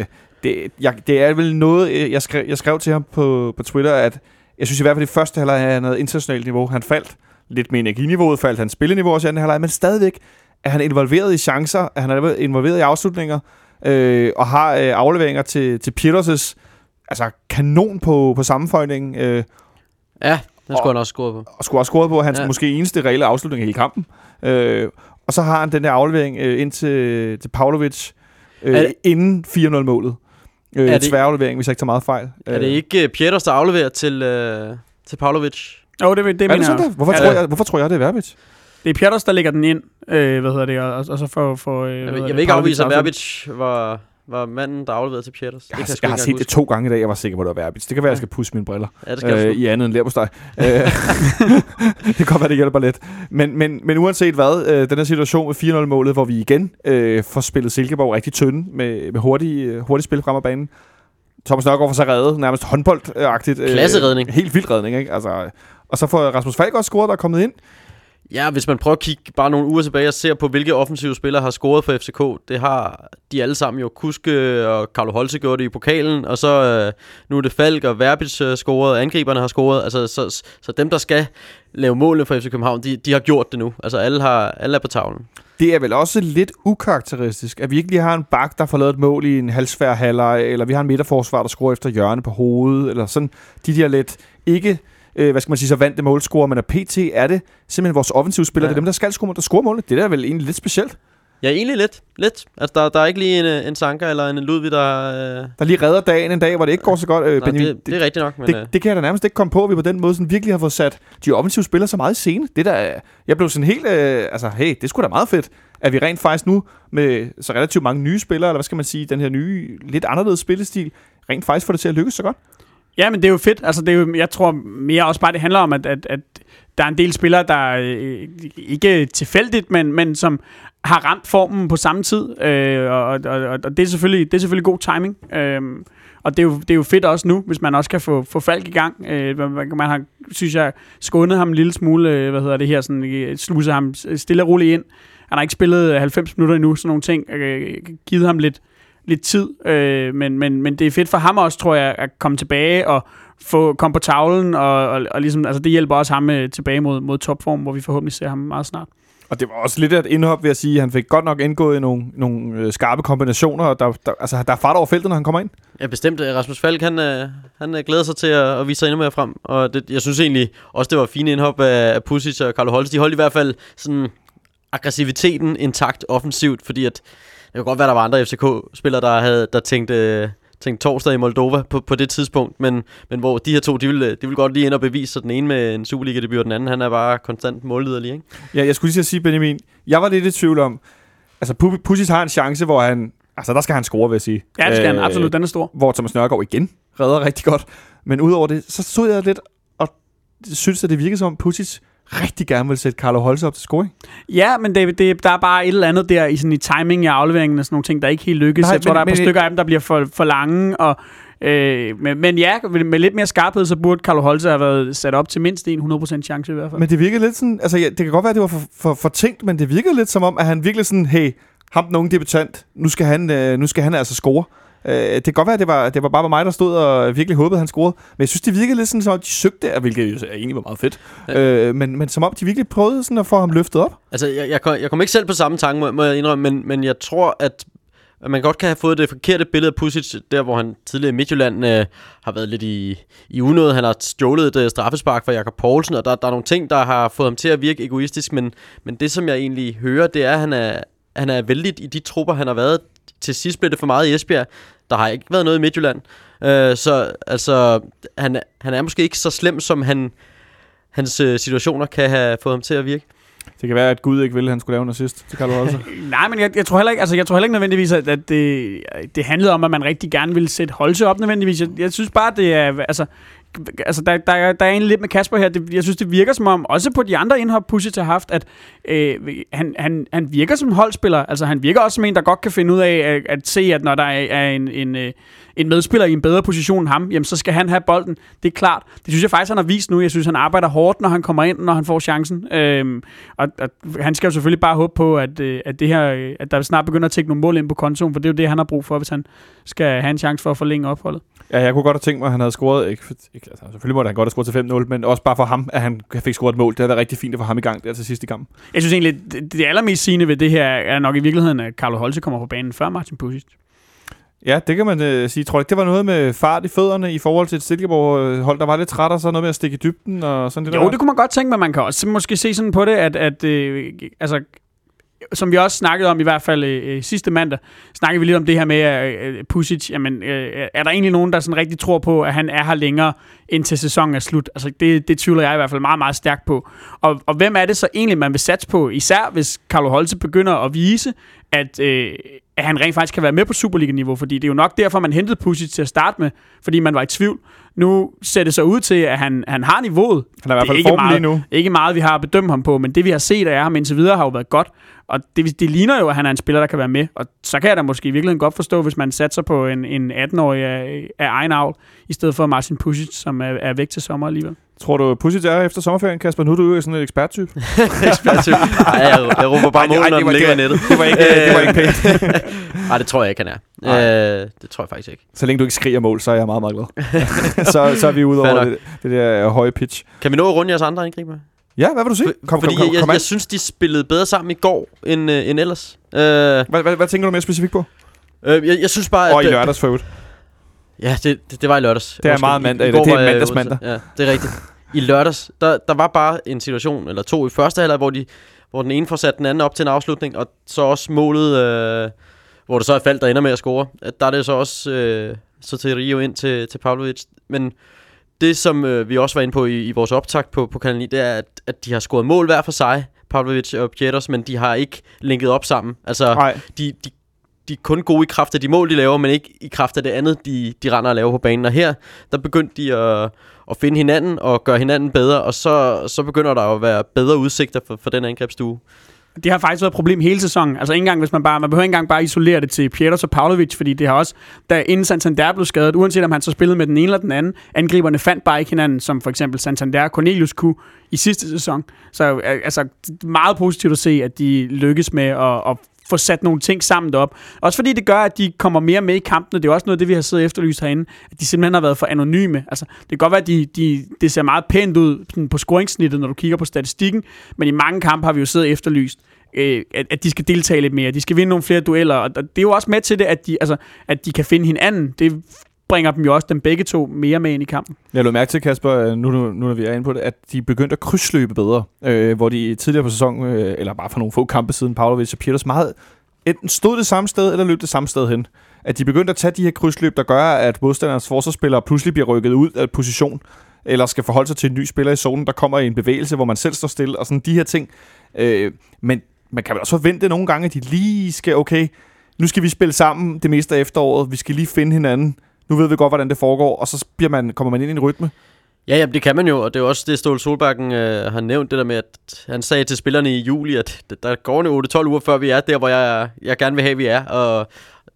Det er vel noget, jeg skrev til ham på Twitter, at jeg synes i hvert fald, det første halvleg er noget internationalt niveau. Han faldt lidt med energiniveauet, faldt hans spilleniveau også i anden halvleg, men stadigvæk er han involveret i chancer, er han involveret i afslutninger, og har afleveringer til Pieters' altså kanon på sammenføjningen. Ja, den skulle han også score på. Og skulle også score på hans måske eneste reelle afslutning i hele kampen. Og så har han den der aflevering ind til Pavlovic inden 4-0-målet. Tværaflevering, hvis jeg ikke tager meget fejl. Er det ikke Pieters, der afleverer til Pavlovic? Jo, det mener jeg. Hvorfor tror jeg, det er Verbic? Det er Pieters, der lægger den ind, og så får jeg vil ikke afvise, at Verbic var var manden, der afleverede til Pieters. Jeg har set det 2 gange i dag, jeg var sikker på, det var Verbitz. Det kan være, jeg skal pusse mine briller. Ja, det skal i andet end leverpostej. Det kan godt være, det hjælper lidt. Men uanset hvad, den her situation med 4-0-målet, hvor vi igen får spillet Silkeborg rigtig tynde med hurtigt spil frem af banen. Thomas Nørgaard får så reddet, nærmest håndboldagtigt. Klasseredning. Helt vild redning, ikke? Altså, og så får Rasmus Falk også scoret, der er kommet ind. Ja, hvis man prøver at kigge bare nogle uger tilbage og ser på, hvilke offensive spillere har scoret for FCK, det har de alle sammen jo. Kuske og Carlo Holse gjorde det i pokalen, og så nu er det Falk og Verbitz scoret, og angriberne har scoret. Altså, så dem, der skal lave målene for FC København, de har gjort det nu. Altså, alle er på tavlen. Det er vel også lidt ukarakteristisk, at vi ikke lige har en bak, der får lavet et mål i en halvsvær halvleg, eller vi har en midterforsvar, der scorer efter hjørne på hovedet, eller sådan. De der lidt ikke... så vant det målscorer, men af PT er det simpelthen vores offensive spillere, det er dem, der skal score målene. Det er vel egentlig lidt specielt. Ja, egentlig lidt. Altså, der er ikke lige en Sanka eller en Ludvig, der lige redder dagen en dag, hvor det ikke går så godt. Nej, det er rigtigt nok. Men det kan jeg da nærmest ikke komme på, at vi på den måde sådan virkelig har fået sat de offensive spillere så meget i scene. Det der, jeg blev sådan helt... hey, det er sgu da meget fedt, at vi rent faktisk nu med så relativt mange nye spillere, eller hvad skal man sige, den her nye, lidt anderledes spillestil, rent faktisk får det til at lykkes så godt. Ja, men det er jo fedt. Altså, det er jo, jeg tror mere også bare, det handler om, at der er en del spillere, der ikke tilfældigt, men som har ramt formen på samme tid. Og det er selvfølgelig god timing. Og det er jo fedt også nu, hvis man også kan få Falk i gang. Man har, synes jeg, skånet ham en lille smule, sådan sluset ham stille og roligt ind. Han har ikke spillet 90 minutter endnu, sådan nogle ting. Givet ham lidt tid, men det er fedt for ham også, tror jeg, at komme tilbage og komme på tavlen, og ligesom, altså det hjælper også ham tilbage mod topform, hvor vi forhåbentlig ser ham meget snart. Og det var også lidt af et indhop, vil jeg sige. Han fik godt nok indgået i nogle skarpe kombinationer, og der er fart over feltet, når han kommer ind. Ja, bestemt. Rasmus Falk, han glæder sig til at vise sig endnu mere frem, og jeg synes egentlig også, det var fine indhop af Pusic og Carlo Holst. De holdt i hvert fald sådan aggressiviteten intakt offensivt, fordi at det kan godt være, der var andre FCK-spillere, der tænkte torsdag i Moldova på det tidspunkt, men hvor de her to, de vil godt lige ind og bevise, så den ene med en Superliga-debut, og den anden, han er bare konstant målliderlig, ikke? Ja, jeg skulle lige sige, Benjamin, jeg var lidt i tvivl om, altså Pusic har en chance, hvor han, altså der skal han score, vil jeg sige. Ja, det skal han, absolut, den er stor. Hvor Thomas Nørgaard igen redder rigtig godt, men udover det, så stod jeg lidt og synes, at det virkede som om Pusic rigtig gerne vil sætte Carlo Holse op til scoring. Ja, men der er bare et eller andet der i timing af afleveringen og sådan nogle ting, der ikke helt lykkes. Jeg tror, der er et par stykker af dem, der bliver for lange. Og, men ja, med lidt mere skarphed, så burde Carlo Holse have været sat op til mindst 100% chance i hvert fald. Men det virkede lidt sådan, altså det kan godt være, at det var for tænkt, men det virkede lidt som om, at han virkelig sådan, hey, ham den unge debutant, nu skal han altså score. Det kan godt være, at det var bare mig, der stod og virkelig håbede, at han scorede. Men jeg synes, det virkede lidt sådan, som om de søgte der, hvilket jo egentlig var meget fedt. Ja. Men som om de virkelig prøvede sådan at få ham løftet op. Altså, jeg kom ikke selv på samme tanke, må jeg indrømme, men jeg tror, at man godt kan have fået det forkerte billede af Pusic, der hvor han tidligere i Midtjylland har været lidt i unåde. Han har stjålet et straffespark fra Jakob Poulsen, og der er nogle ting, der har fået ham til at virke egoistisk, men det, som jeg egentlig hører, det er, at han er vældig i de trupper, han har været. Til sidst blev det for meget i Esbjerg. Der har ikke været noget i Midtjylland. Så altså, han er måske ikke så slem, som hans situationer kan have fået ham til at virke. Det kan være, at Gud ikke ville, at han skulle lave en assist til Carlo Holse. Nej, men jeg tror heller ikke nødvendigvis, at det handlede om, at man rigtig gerne ville sætte Holse op nødvendigvis. Jeg synes bare, det er... Altså, der er egentlig lidt med Kasper her. Jeg synes, det virker som om, også på de andre indhop, Pusic har haft, at han virker som holdspiller. Altså, han virker også som en, der godt kan finde ud af at se, at når der er en medspiller i en bedre position end ham, jamen, så skal han have bolden. Det er klart. Det synes jeg faktisk, han har vist nu. Jeg synes, han arbejder hårdt, når han kommer ind, når han får chancen. Og han skal jo selvfølgelig bare håbe på, at der snart begynder at tække nogle mål ind på kontoen, for det er jo det, han har brug for, hvis han skal have en chance for at forlænge opholdet. Ja, jeg kunne godt have tænkt mig, at han havde scoret, altså, selvfølgelig måtte han godt have scoret til 5-0, men også bare for ham, at han fik scoret et mål. Det havde været rigtig fint at få ham i gang der til sidst i kampen. Jeg synes egentlig, det allermest sigende ved det her er nok i virkeligheden, at Carlo Holse kommer på banen før Martin Pusic. Ja, det kan man sige. Tror du ikke, det var noget med fart i fødderne i forhold til et Silkeborg-hold, der var lidt træt, og så noget med at stikke i dybden og sådan det der? Jo, det kunne man godt tænke, men man kan også måske se sådan på det, at altså, som vi også snakkede om i hvert fald sidste mandag, snakkede vi lidt om det her med Pusic. Jamen, er der egentlig nogen, der sådan rigtig tror på, at han er her længere, indtil sæsonen er slut? Altså, det tvivler jeg i hvert fald meget, meget stærkt på. Og hvem er det så egentlig, man vil satse på? Især hvis Carlo Holse begynder at vise, at han rent faktisk kan være med på Superliga-niveau, fordi det er jo nok derfor, man hentede Pusic til at starte med, fordi man var i tvivl. Nu ser det så ud til, at han har niveauet. Han er i hvert fald formen lige nu. Ikke meget, vi har bedømt ham på, men det vi har set af ham indtil videre har jo været godt. Og det ligner jo, at han er en spiller, der kan være med. Og så kan jeg da måske i virkeligheden godt forstå, hvis man satser på en 18-årig af egen avl, i stedet for Marcin Pusic, som er væk til sommer alligevel. Tror du, Pusic er efter sommerferien, Kasper? Nu er du jo sådan en eksperttype. Eksperttype? Nej, jeg råber bare mål, når den ligger i nettet. Det var ikke pænt. Nej, det tror jeg ikke, han er. Det tror jeg faktisk ikke. Så længe du ikke skriger mål, så er jeg meget, meget glad. så er vi ude over det der høje pitch. Kan vi nå at runde jeres andre angriber? Ja, hvad vil du sige? Kom jeg synes, de spillede bedre sammen i går end ellers. Hvad tænker du mere specifikt på? Jeg synes bare, at... Og i lørdags for øvrigt. Ja, det var i lørdags. Det er meget mandag. Det er mandagsmandag. Ja, det er rigtigt. I lørdags, der var bare en situation, eller to i første halvleg, hvor den ene får sat den anden op til en afslutning, og så også målet, hvor det så er Falk, der ender med at score. Der er det så også så til Rio ind til Pavlovic. Men det, som vi også var inde på i vores optakt på Kanal 9, det er, at de har scoret mål hver for sig, Pavlovic og Pieters, men de har ikke linket op sammen. Altså, de er kun gode i kraft af de mål, de laver, men ikke i kraft af det andet, de render og laver på banen. Og her, der begyndte de at finde hinanden og gøre hinanden bedre, og så begynder der at være bedre udsigter for den angrebsstue. Det har faktisk været et problem hele sæsonen. Altså ikke engang, hvis man behøver ikke engang bare isolere det til Pieters og Pavlovic, fordi det har også, da inden Santander blev skadet, uanset om han så spillede med den ene eller den anden, angriberne fandt bare ikke hinanden, som for eksempel Santander og Cornelius kunne i sidste sæson. Så altså meget positivt at se, at de lykkes med at få sat nogle ting sammen op. Også fordi det gør, at de kommer mere med i kampene. Det er også noget af det, vi har siddet efterlyst herinde, at de simpelthen har været for anonyme. Altså, det kan godt være, at det ser meget pænt ud på scoringsnittet, når du kigger på statistikken, men i mange kampe har vi jo siddet efterlyst, at de skal deltage lidt mere. De skal vinde nogle flere dueller, og det er jo også med til det, at de kan finde hinanden. Det bringer dem jo også dem begge to mere med ind i kampen. Jeg lå mærke til, Kasper, nu når vi er inde på det, at de begyndte at krydsløbe bedre, hvor de tidligere på sæsonen, eller bare for nogle få kampe siden, Pavlovic og Pieters meget enten stod det samme sted, eller løb det samme sted hen. At de begyndte at tage de her krydsløb, der gør, at modstandernes forsvarsspillere pludselig bliver rykket ud af position, eller skal forholde sig til en ny spiller i zonen, der kommer i en bevægelse, hvor man selv står stille, og sådan de her ting. Men man kan vel også forvente nogle gange, at de lige skal, okay, nu skal vi spille sammen det meste af efteråret, vi skal lige finde hinanden, nu ved vi godt, hvordan det foregår, og så kommer man ind i en rytme. Ja, det kan man jo, og det er også det, Ståle Solbakken har nævnt, det der med, at han sagde til spillerne i juli, at der går 8-12 uger, før vi er der, hvor jeg gerne vil have, vi er, og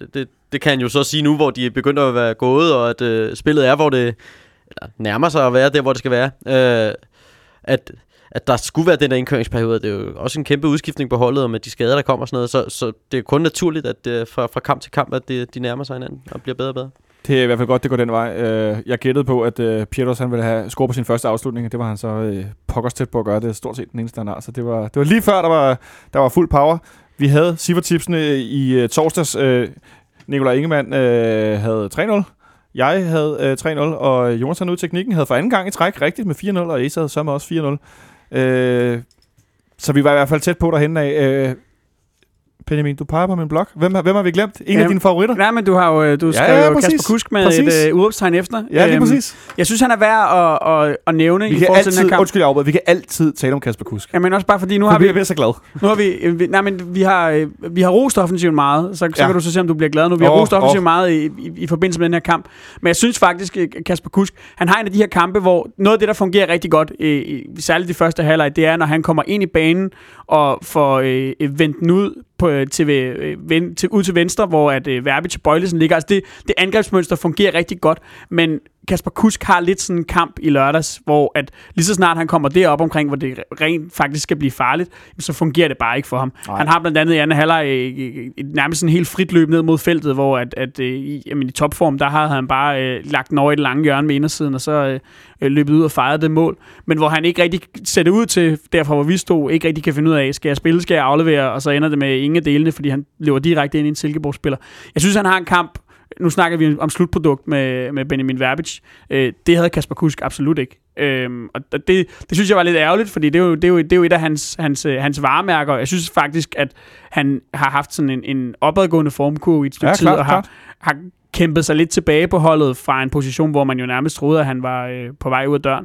det kan han jo så sige nu, hvor de begynder at være gået, og at spillet er, hvor det nærmer sig at være der, hvor det skal være. At der skulle være den der indkøringsperiode, det er jo også en kæmpe udskiftning på holdet, og med de skader, der kommer og sådan noget, så det er kun naturligt, at fra kamp til kamp, at de nærmer sig hinanden og bliver bedre og bedre. Det er i hvert fald godt, det går den vej. Jeg gættede på, at Pieters han ville have scoret på sin første afslutning, og det var han så pokkers tæt på at gøre. Det er stort set den eneste, han har. Så det var lige før, der var fuld power. Vi havde Siffer-tipsene i torsdags. Nikolaj Ingemann havde 3-0. Jeg havde 3-0, og Jonas ud teknikken havde for anden gang i træk rigtigt med 4-0, og Asa havde så også 4-0. Så vi var i hvert fald tæt på derhen af. Benjamin, du peger på min blog. Hvem har vi glemt? En af dine favoritter? Nej, men du skrev Kasper Kusk med et udråbstegn efter. Ja, lige præcis. Jeg synes, han er værd at nævne i forhold til den her kamp. Undskyld, jeg afbryder. Vi kan altid tale om Kasper Kusk. Ja, men også bare fordi nu har vi... Jeg bliver så glad. Nu har vi har rost offensivt meget. Så kan du så se, om du bliver glad nu. Vi har rost offensivt meget i forbindelse med den her kamp. Men jeg synes faktisk, Kasper Kusk, han har en af de her kampe, hvor noget af det, der fungerer rigtig godt, særligt de første halvleg, det er, når han kommer ind i banen og får vendt den ud ud til venstre, hvor at Verbic og Bøjlesen ligger. Altså det angrebsmønster fungerer rigtig godt, men Kasper Kusk har lidt sådan en kamp i lørdags, hvor at lige så snart han kommer derop omkring, hvor det rent faktisk skal blive farligt, så fungerer det bare ikke for ham. Nej. Han har blandt andet i anden halvleg nærmest en helt frit løb ned mod feltet, hvor i topform, der havde han bare lagt den over i det lange hjørne med indersiden, og så løbet ud og fejrede det mål. Men hvor han ikke rigtig ser det ud til, derfra hvor vi stod, ikke rigtig kan finde ud af, skal jeg spille, skal jeg aflevere, og så ender det med ingen af delene, fordi han løber direkte ind i en Silkeborg-spiller. Jeg synes, han har en kamp. Nu snakker vi om slutprodukt med Benjamin Verbic. Det havde Kasper Kusk absolut ikke. Og det synes jeg var lidt ærgerligt, fordi det er jo et af hans varemærker. Jeg synes faktisk, at han har haft sådan en opadgående formkurve i et stykke tid, og har kæmpet sig lidt tilbage på holdet fra en position, hvor man jo nærmest troede, at han var på vej ud af døren.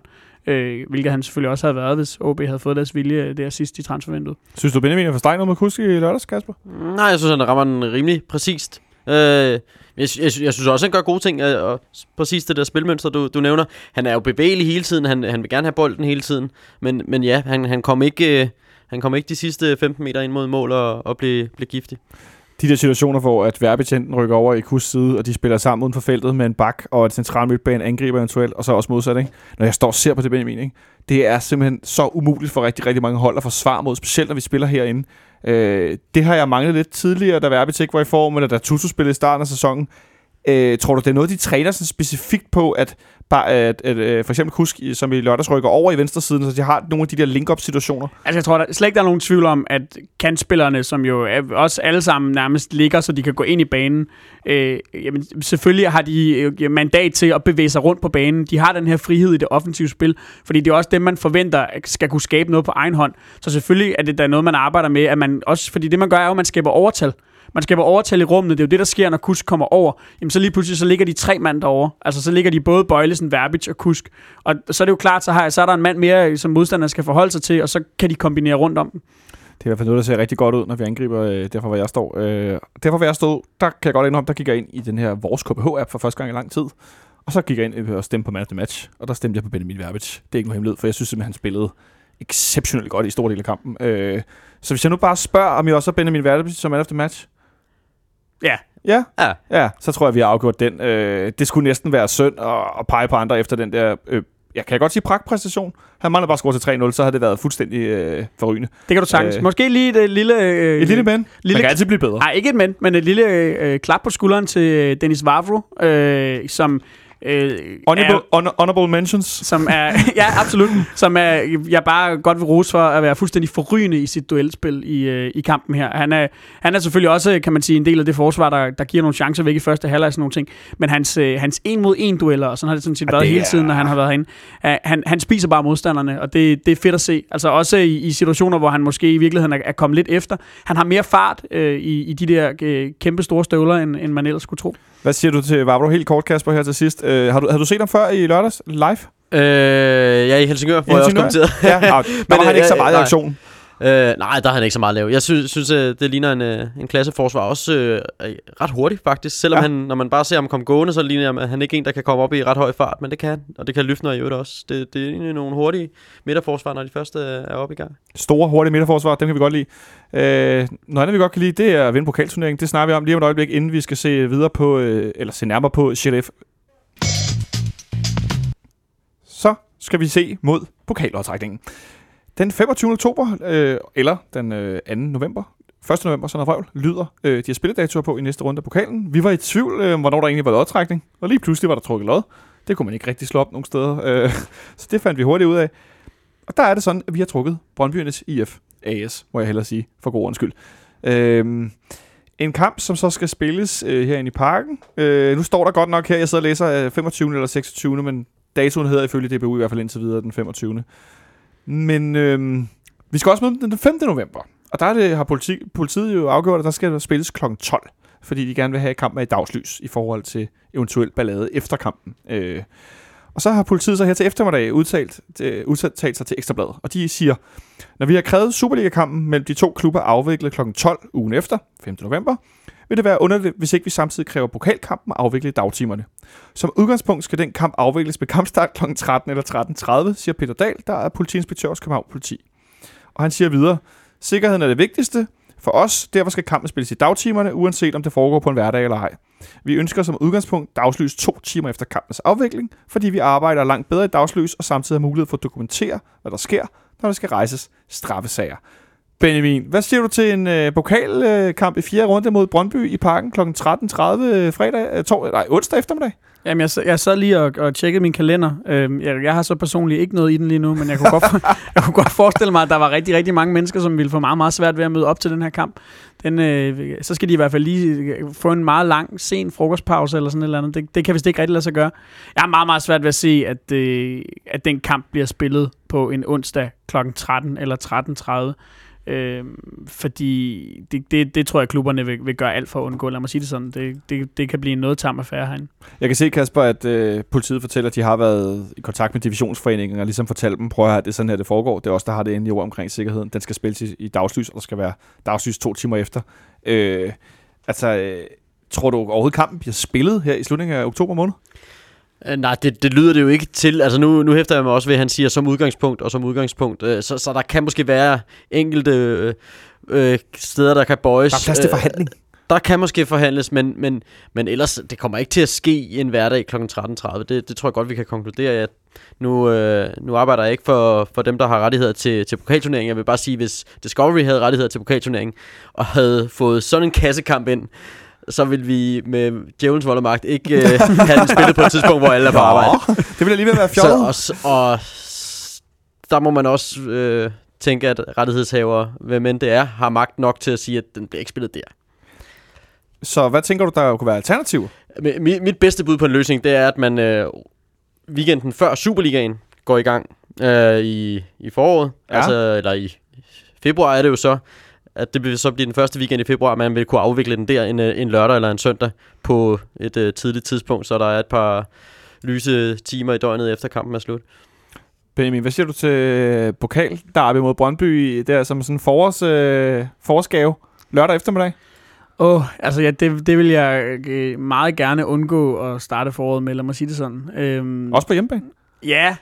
hvilket han selvfølgelig også havde været, hvis OB havde fået deres vilje der sidst i transfervinduet. Synes du, Benjamin er for streg noget med Kusk i lørdags, Kasper? Nej, jeg synes, han rammer den rimelig præcist. Jeg synes også, han gør gode ting, og præcis det der spilmønster, du nævner. Han er jo bevægelig hele tiden, han vil gerne have bolden hele tiden, men ja, han kom ikke de sidste 15 meter ind mod mål og blev giftig. De der situationer, hvor at Verbic enten rykker over i Kusks side, og de spiller sammen uden for feltet med en bak og et central midtbane angriber eventuelt, og så også modsat, ikke? Når jeg står og ser på det, Benjamin, ikke? Det er simpelthen så umuligt for rigtig, rigtig mange hold at forsvare mod, specielt når vi spiller herinde. Det har jeg manglet lidt tidligere, da Verbic ikke var i form, eller da Tutu spillede i starten af sæsonen. Tror du, det er noget, de træner sådan specifikt på, at for eksempel Kusk, som i lørdags rykker over i venstre siden, så de har nogle af de der link-up-situationer? Altså, jeg tror der slet ikke, der er nogen tvivl om, at kantspillerne, som jo også alle sammen nærmest ligger, så de kan gå ind i banen, jamen, selvfølgelig har de mandat til at bevæge sig rundt på banen. De har den her frihed i det offensive spil, fordi det er også dem, man forventer skal kunne skabe noget på egen hånd. Så selvfølgelig er det der noget, man arbejder med, at man også, fordi det, man gør, er jo, at man skaber overtal. Man skaber overtal i rummene, det er jo det, der sker, når Kusk kommer over. Jamen så lige pludselig, så ligger de 3 mand derovre. Altså så ligger de både Bøjlesen, Verbic og Kusk. Og så er det jo klart, så er der en mand mere, som modstanderen skal forholde sig til, og så kan de kombinere rundt om dem. Det er i hvert fald noget, der ser rigtig godt ud, når vi angriber derfor, hvor jeg står. Derfor, hvor jeg stod, der kan jeg godt indrømme, der gik jeg ind i den her vores KPH-app for første gang i lang tid. Og så gik jeg ind og stemte på Man of the Match, og der stemte jeg på Benjamin Verbic. Det er ikke noget hemmelighed, for jeg synes simpelthen, han spillede exceptionelt godt i stor del af kampen. Så hvis jeg nu bare spørger, om jeg også har Benjamin Verbic som Man of the Match? Ja, så tror jeg, vi har afgjort den. Det skulle næsten være synd at pege på andre efter den der... Jeg kan godt sige pragtpræstation. Han mangler bare at score til 3-0, så havde det været fuldstændig forrygende. Det kan du sagtens. Måske lige et lille... et lille men. Man kan altid blive bedre. Nej, ikke et men et lille klap på skulderen til Denis Vavro, som... honorable mentions. Som er, ja, absolut. Som er, jeg bare godt vil rose for at være fuldstændig forrygende i sit duelspil i kampen her. Han er selvfølgelig også, kan man sige, en del af det forsvar, der giver nogle chancer væk i første halvleg og sådan nogle ting. Men hans 1-mod-1 dueller, og sådan har det sådan set været hele tiden, når han har været herinde. Han spiser bare modstanderne, og det er fedt at se. Altså også i situationer, hvor han måske i virkeligheden er kommet lidt efter. Han har mere fart i de der kæmpe store støvler, end man ellers skulle tro. Hvad siger du til Vavro helt kort, Kasper, her til sidst? Har du set ham før i lørdags live? Jeg er i Helsingør, hvor jeg også kommenterede. Ja, der var han ikke så meget i aktion. Nej, der har han ikke så meget lavet. Jeg synes det ligner en klasseforsvar. Også ret hurtigt, faktisk. Selvom han, når man bare ser ham komme gående, så ligner han ikke en, der kan komme op i ret høj fart. Men det kan han, og det kan Lyftner i øvrigt også. Det er egentlig nogle hurtige midterforsvar, når de første er oppe i gang. Store, hurtige midterforsvar, dem kan vi godt lide. Noget andet, vi godt kan lide, det er at vinde pokalturneringen. Det snakker vi om lige om et øjeblik, inden vi skal se videre på, eller se nærmere på Sheriff. Så skal vi se mod pokalodtrækningen. Den 25. oktober, eller den 2. november, 1. november, sådan noget vrøvl, lyder de her spilledatoer på i næste runde af pokalen. Vi var i tvivl, hvornår der egentlig var lodtrækning, og lige pludselig var der trukket lod. Det kunne man ikke rigtig slå op nogen steder, så det fandt vi hurtigt ud af. Og der er det sådan, at vi har trukket Brøndbyernes IF AS, må jeg hellere sige, for god ordens skyld. En kamp, som så skal spilles herinde i parken. Nu står der godt nok her, jeg sidder og læser 25. eller 26. men datoen hedder ifølge DBU i hvert fald indtil videre den 25. Men vi skal også møde den 5. november, og der har politiet jo afgjort, at der skal spilles kl. 12, fordi de gerne vil have kampen i dagslys i forhold til eventuel ballade efter kampen. Og så har politiet så her til eftermiddag udtalt sig til Ekstra Bladet, og de siger, når vi har krævet Superliga-kampen mellem de to klubber afviklet kl. 12 ugen efter, 5. november, vil det være underligt, hvis ikke vi samtidig kræver pokalkampen afviklet i dagtimerne. Som udgangspunkt skal den kamp afvikles med kampstart kl. 13 eller 13.30, siger Peter Dahl, der er politiinspektør hos København Politi. Og han siger videre, sikkerheden er det vigtigste for os, derfor skal kampen spilles i dagtimerne, uanset om det foregår på en hverdag eller ej. Vi ønsker som udgangspunkt dagslys 2 timer efter kampens afvikling, fordi vi arbejder langt bedre i dagslys og samtidig har mulighed for at dokumentere, hvad der sker, når der skal rejses straffesager. Benjamin, hvad siger du til en pokalkamp i 4. runde mod Brøndby i parken kl. 13.30 onsdag eftermiddag? Jamen, jeg sad lige og tjekkede min kalender. Jeg har så personligt ikke noget i den lige nu, men jeg kunne godt forestille mig, at der var rigtig, rigtig mange mennesker, som ville få meget, meget svært ved at møde op til den her kamp. Så skal de i hvert fald lige få en meget lang, sen frokostpause eller sådan et eller andet. Det kan vist ikke rigtig lade sig gøre. Jeg har meget, meget svært ved at se, at den kamp bliver spillet på en onsdag kl. 13 eller 13.30. Fordi det tror jeg, klubberne vil gøre alt for at undgå. Lad mig sige det sådan. Det kan blive noget tam affære herinde. Jeg kan se, Kasper, at politiet fortæller, at de har været i kontakt med divisionsforeningen og ligesom fortalt dem, prøv at høre, det er sådan her, det foregår. Det er også der har det endelige ord omkring sikkerheden. Den skal spilles i dagslys, og der skal være dagslys 2 timer efter. Tror du overhovedet kampen bliver spillet her i slutningen af oktober måned? Nej, det lyder det jo ikke til. Altså nu hæfter jeg mig også ved, at han siger som udgangspunkt, så der kan måske være enkelte steder, der kan bøjes. Der er plads til forhandling. Der kan måske forhandles, men ellers, det kommer ikke til at ske i en hverdag kl. 13.30. Det tror jeg godt, vi kan konkludere, at nu arbejder jeg ikke for dem, der har rettigheder til pokalturneringen. Jeg vil bare sige, hvis Discovery havde rettigheder til pokalturneringen, og havde fået sådan en kassekamp ind, så vil vi med djævelens vold og magt ikke have den spillet på et tidspunkt, hvor alle er på arbejde. Det vil alligevel være fjollet. Og der må man også tænke, at rettighedshavere, hvem end det er, har magt nok til at sige, at den bliver ikke spillet der. Så hvad tænker du, der kunne være alternativer? Mit bedste bud på en løsning, det er, at man weekenden før Superligaen går i gang i foråret, eller i februar er det jo så, at det vil så blive den første weekend i februar, man vil kunne afvikle den der en lørdag eller en søndag på et tidligt tidspunkt, så der er et par lyse timer i døgnet efter kampen er slut. Benjamin, hvad siger du til pokalderby mod Brøndby, der som sådan en forårsgave lørdag eftermiddag? Det vil jeg meget gerne undgå at starte foråret med, lad mig sige det sådan. Også på hjemmebane? Ja,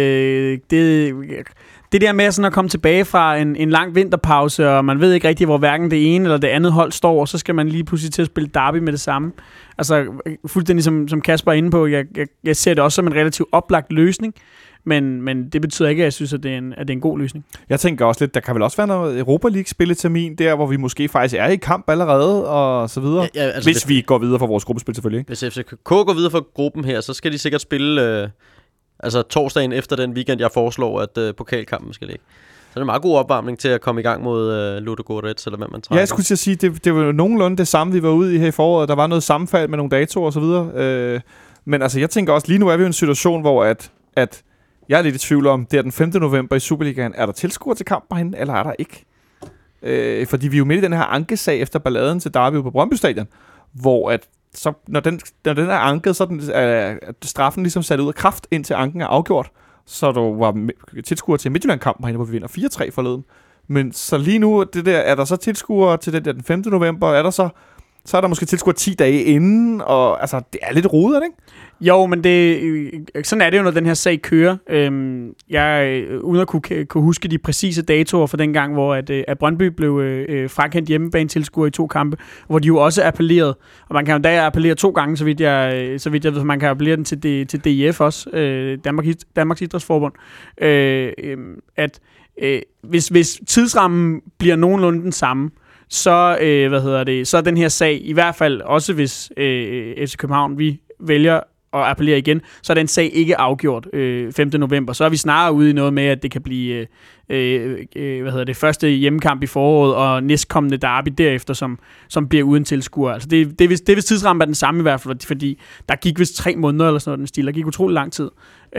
det der med sådan at komme tilbage fra en lang vinterpause, og man ved ikke rigtig, hvor hverken det ene eller det andet hold står, og så skal man lige pludselig til at spille derby med det samme. Altså, fuldstændig som Kasper er inde på, jeg ser det også som en relativt oplagt løsning, men det betyder ikke, at jeg synes, at det er en god løsning. Jeg tænker også lidt, der kan vel også være noget Europa League-spilletermin der, hvor vi måske faktisk er i kamp allerede, og så videre. Ja, altså hvis vi går videre fra vores gruppespil selvfølgelig. Ikke? Hvis FCK går videre fra gruppen her, så skal de sikkert spille torsdagen efter den weekend, jeg foreslår, at pokalkampen skal ligge. Så det er en meget god opvarmning til at komme i gang mod Ludogorets, eller hvad man trækker. Ja, jeg skulle til at sige, det var nogenlunde det samme, vi var ude i her i foråret. Der var noget sammenfald med nogle datoer og så videre. Men altså, jeg tænker også, lige nu er vi i en situation, hvor at jeg er lidt i tvivl om, det er den 5. november i Superligaen. Er der tilskuere til kampen herinde, eller er der ikke? Fordi vi er jo midt i den her ankesag efter balladen til derby på Brøndby Stadion, hvor at så når den er anket, så er straffen ligesom sat ud af kraft, indtil anken er afgjort. Så der var tilskuere til Midtjylland-kampen herinde, hvor vi vinder 4-3 forleden. Men så lige nu, er der så tilskuere til den 5. november, er der så er der måske tilskuere 10 dage inden, og altså, det er lidt rodet, ikke? Jo, men sådan er det jo, når den her sag kører. Jeg uden at kunne huske de præcise datoer for den gang, hvor at Brøndby blev frakendt hjemmebane tilskuere i 2 kampe, hvor de jo også appellerede. Og man kan jo da appellere 2 gange, så vidt jeg ved, man kan appellere den til DIF også, Danmarks Idrætsforbund. Hvis tidsrammen bliver nogenlunde den samme, så så er den her sag, i hvert fald også hvis FC København vi vælger at appellere igen, så er den sag ikke afgjort 5. november. Så er vi snarere ude i noget med, at det kan blive første hjemmekamp i foråret og næstkommende derby derefter, som bliver uden tilskuere. Altså det er hvis tidsrammen er den samme i hvert fald, fordi der gik vist 3 måneder eller sådan noget den stil. Der gik utrolig lang tid.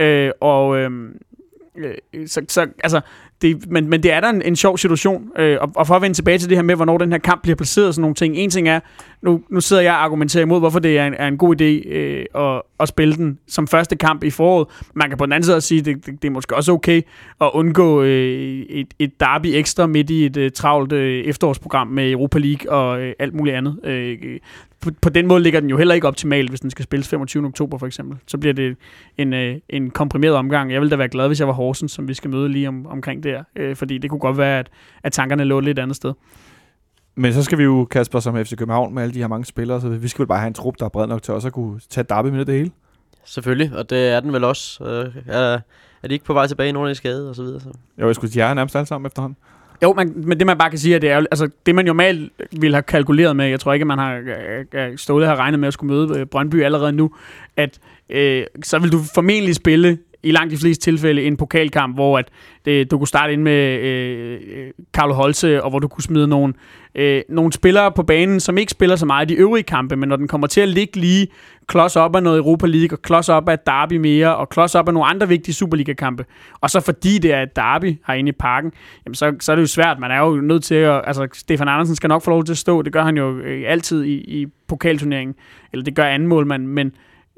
Men det er da en sjov situation, og for at vende tilbage til det her med, hvornår den her kamp bliver placeret og sådan nogle ting. En ting er, nu sidder jeg og argumenterer imod, hvorfor det er en god idé at spille den som første kamp i foråret. Man kan på den anden side sige, det er måske også okay at undgå et derby ekstra midt i et travlt efterårsprogram med Europa League og alt muligt andet. På den måde ligger den jo heller ikke optimalt, hvis den skal spilles 25. oktober for eksempel. Så bliver det en komprimeret omgang. Jeg ville da være glad, hvis jeg var Horsens, som vi skal møde lige omkring der. Fordi det kunne godt være, at tankerne lå lidt andet sted. Men så skal vi jo, Kasper, som FC København med alle de her mange spillere, så vi skal vel bare have en trup, der er bred nok til også at kunne tage derby med det hele. Selvfølgelig, og det er den vel også. Er de ikke på vej tilbage i nogle af de skade og så videre? Så? Jo, jeg skulle sige, jeg er nærmest alle sammen efterhånden. Jo, men det man bare kan sige, at det er altså det man normalt ville have kalkuleret med, jeg tror ikke, at man har stået og regnet med at skulle møde Brøndby allerede nu, at så vil du formentlig spille i langt de fleste tilfælde en pokalkamp, hvor at du kunne starte ind med Carlo Holse, og hvor du kunne smide nogle spillere på banen, som ikke spiller så meget i de øvrige kampe, men når den kommer til at ligge lige klods op af noget Europa League, og klods op af Derby mere, og klods op af nogle andre vigtige Superliga-kampe, og så fordi det er et Derby herinde i parken, jamen så er det jo svært. Man er jo nødt til at... Altså, Stefan Andersen skal nok få lov til at stå. Det gør han jo altid i pokalturneringen. Eller det gør anden målmand, men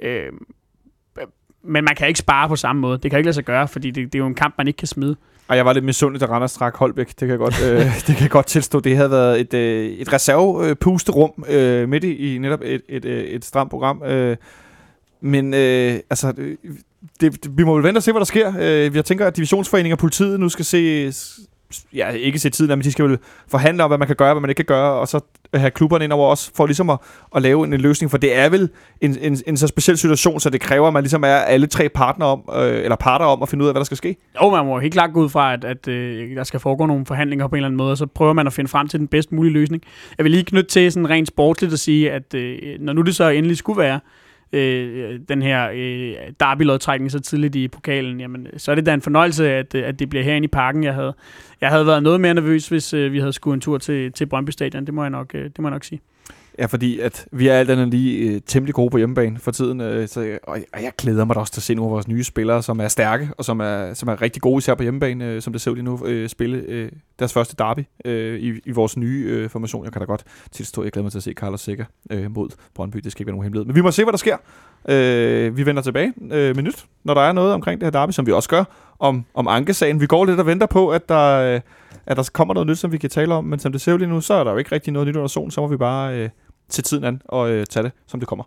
man kan ikke spare på samme måde. Det kan ikke lade sig gøre, fordi det er jo en kamp, man ikke kan smide. Og jeg var lidt misundelig, da Randers trak Holbæk. Det kan jeg godt, det kan jeg godt tilstå. Det havde været et reservepusterum midt i netop et stramt program. Men altså, vi må vel vente og se, hvad der sker. Jeg tænker, at divisionsforeningen og politiet nu skal se... Ja, ikke se tiden, men de skal vel forhandle om, hvad man kan gøre, hvad man ikke kan gøre, og så have klubberne ind over os, for ligesom at lave en løsning, for det er vel en så speciel situation, så det kræver, at man ligesom er alle tre parter om at finde ud af, hvad der skal ske. Jo, man må helt klart gå ud fra, at der skal foregå nogle forhandlinger på en eller anden måde, og så prøver man at finde frem til den bedst mulige løsning. Jeg vil lige knytte til sådan rent sportsligt at sige, at når nu det så endelig skulle være, den her derby-lodtrækning så tidligt i pokalen, jamen, så er det da en fornøjelse, at det bliver herinde i parken. Jeg havde været noget mere nervøs, hvis vi havde skulle en tur til Brøndby Stadion. Det må jeg nok sige. Ja, fordi at vi er alt andet lige temmelig gode på hjemmebane for tiden, og jeg glæder mig da også til at se nogle af vores nye spillere, som er stærke, og som er rigtig gode, især på hjemmebane, som det ser ud lige nu, spille deres første derby i vores nye formation. Jeg kan da godt tilstå, jeg glæder mig til at se Carlos Seca mod Brøndby. Det skal ikke være nogen hemmelighed. Men vi må se, hvad der sker. Vi vender tilbage med nyt, når der er noget omkring det her derby, som vi også gør om ankesagen. Vi går lidt og venter på, at der kommer noget nyt, som vi kan tale om, men som det ser ud lige nu, så er der jo ikke rigtig noget nyt under solen, så må vi bare til tiden an og tage det, som det kommer.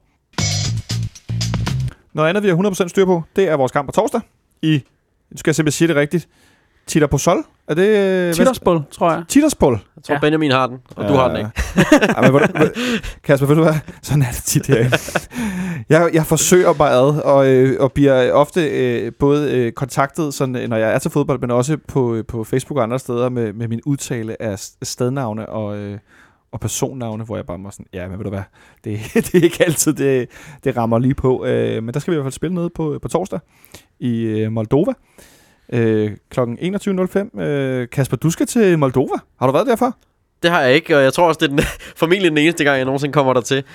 Noget andet, vi har 100% styr på, det er vores kamp på torsdag nu skal jeg simpelthen sige det rigtigt, Tiraspol. Er det... Tiraspol, tror jeg. Tiraspol. Jeg tror, Benjamin har den, og du har den ikke. Kasper, ved du hvad? Sådan er det tit herinde. Jeg forsøger mig ad, og bliver ofte både kontaktet, sådan, når jeg er til fodbold, men også på Facebook og andre steder, med min udtale af stednavne og personnavne, hvor jeg bare må sådan, ja, men ved du hvad, det er ikke altid, det rammer lige på. Men der skal vi i hvert fald spille noget på torsdag i Moldova. Kl. 21.05. Kasper, du skal til Moldova. Har du været der før? Det har jeg ikke, og jeg tror også, det er formentlig den eneste gang, jeg nogensinde kommer der til.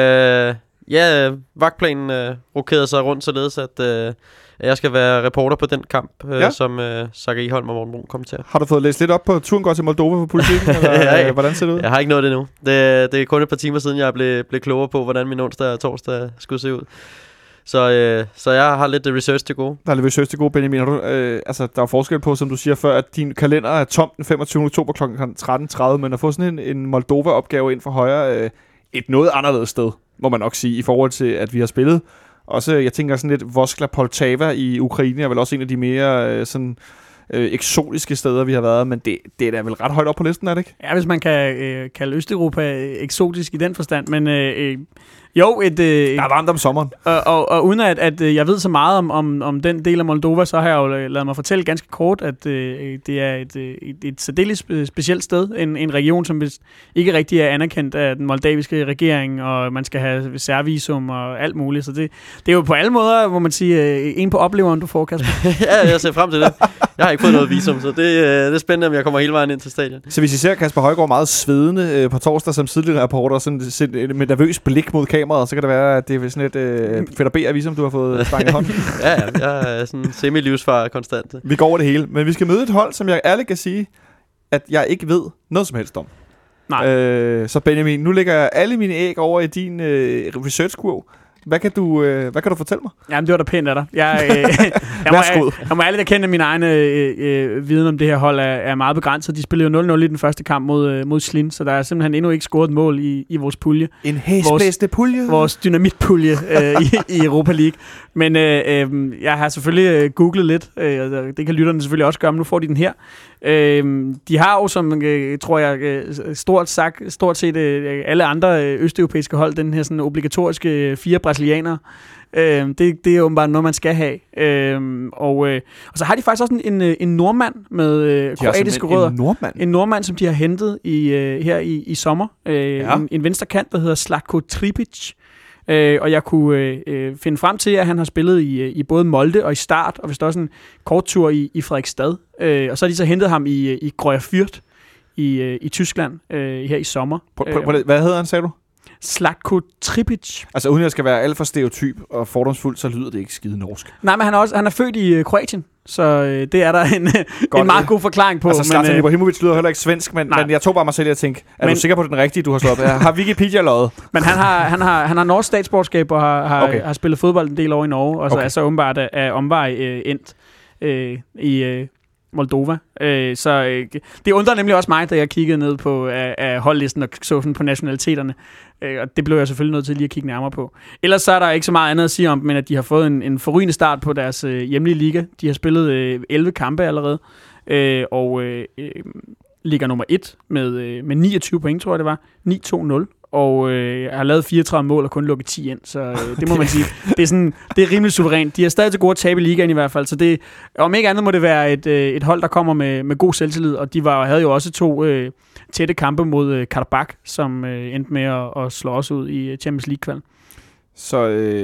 Vagtplanen rokerede sig rundt således, at jeg skal være reporter på den kamp, som Zachary Egholm og Morten Brun kom til. Har du fået læst lidt op på turen går til Moldova for politikken, eller hvordan ser det ud? Jeg har ikke nået det endnu. Det er kun et par timer siden, jeg blev klogere på, hvordan min onsdag og torsdag skulle se ud. Så jeg har lidt research til gode. Der er lidt research til gode, Benjamin. Der er forskel på, som du siger før, at din kalender er tom den 25. oktober kl. 13.30, men at få sådan en Moldova-opgave ind for højre et noget anderledes sted, må man nok sige, i forhold til, at vi har spillet. Også, jeg tænker sådan lidt Voskla Poltava i Ukraine er vel også en af de mere eksotiske steder, vi har været, men det er da vel ret højt op på listen, er det ikke? Ja, hvis man kan kalde Østeuropa eksotisk i den forstand, men jo, der er varmt om sommeren. Og uden at jeg ved så meget om den del af Moldova, så har jeg jo ladet mig fortælle ganske kort, at det er et særdeles specielt sted, en region, som ikke rigtig er anerkendt af den moldaviske regering, og man skal have særvisum og alt muligt, så det er jo på alle måder, hvor man siger, en på opleveren, du får, Kasper. Ja, jeg ser frem til det. Jeg har ikke fået noget visum, så det er spændende, om jeg kommer hele vejen ind til stadion. Så hvis I ser Kasper Højgaard meget svedende på torsdag som sideligere reporter, sådan med nervøs blik mod kameraet, så kan det være, at det er sådan et fedt visum, du har fået stanget i hånden. Ja, jeg er sådan semi-livsfar konstant. Vi går over det hele, men vi skal møde et hold, som jeg ærligt kan sige, at jeg ikke ved noget som helst om. Nej. Så Benjamin, nu lægger jeg alle mine æg over i din research-kurv. Hvad kan du fortælle mig? Jamen, det var da pænt af dig. Jeg må ærligt erkende, at min egen viden om det her hold er meget begrænset. De spillede jo 0-0 i den første kamp mod Slin, så der er simpelthen endnu ikke scoret mål i vores pulje. En hæsblæsende pulje? Vores dynamitpulje i Europa League. Men jeg har selvfølgelig googlet lidt. Det kan lytterne selvfølgelig også gøre, men nu får de den her. De har jo, som tror jeg, stort set alle andre østeuropæiske hold, den her sådan obligatoriske 4 brasilianere. Det er jo bare noget, man skal have. Og så har de faktisk også en nordmand med kroatiske rødder. En nordmand, som de har hentet her i sommer. En venstre kant, der hedder Slatko Tripic. Og jeg kunne finde frem til, at han har spillet i både Molde og i Start, og vist også en kort tur i Fredrikstad. Og så har de så hentet ham i Greuther Fürth i Tyskland her i sommer. Hvad hedder han, sagde du? Zlatko Tripic. Altså uden at jeg skal være alt for stereotyp og fordomsfuld, så lyder det ikke skide norsk. Nej, men han er født i Kroatien, så det er der en meget god forklaring på. Altså Zlatan Ibrahimovic lyder heller ikke svensk, men jeg tog bare mig selv at tænke, er du sikker på den rigtige, du har slået op? Har Wikipedia løjet? Men han har norsk statsborgerskab og har spillet fodbold en del år i Norge, og så er så åbenbart af omvej endt i Moldova. Det undrer nemlig også mig, da jeg kiggede ned på holdlisten og så sådan på nationaliteterne. Og det blev jeg selvfølgelig nødt til lige at kigge nærmere på. Ellers så er der ikke så meget andet at sige om, men at de har fået en forrygende start på deres hjemlige liga. De har spillet 11 kampe allerede, og ligger nummer 1 med 29 point, tror jeg det var. 9-2-0. Og har lavet 34 mål og kun lukket 10 ind, så det må man sige. Det er rimelig suverænt. De er stadig til gode at tabe i ligaen i hvert fald, så det, om ikke andet må det være et hold, der kommer med god selvtillid, og de havde jo også 2 tætte kampe mod Karabakh, som endte med at slå os ud i Champions League-kval. Så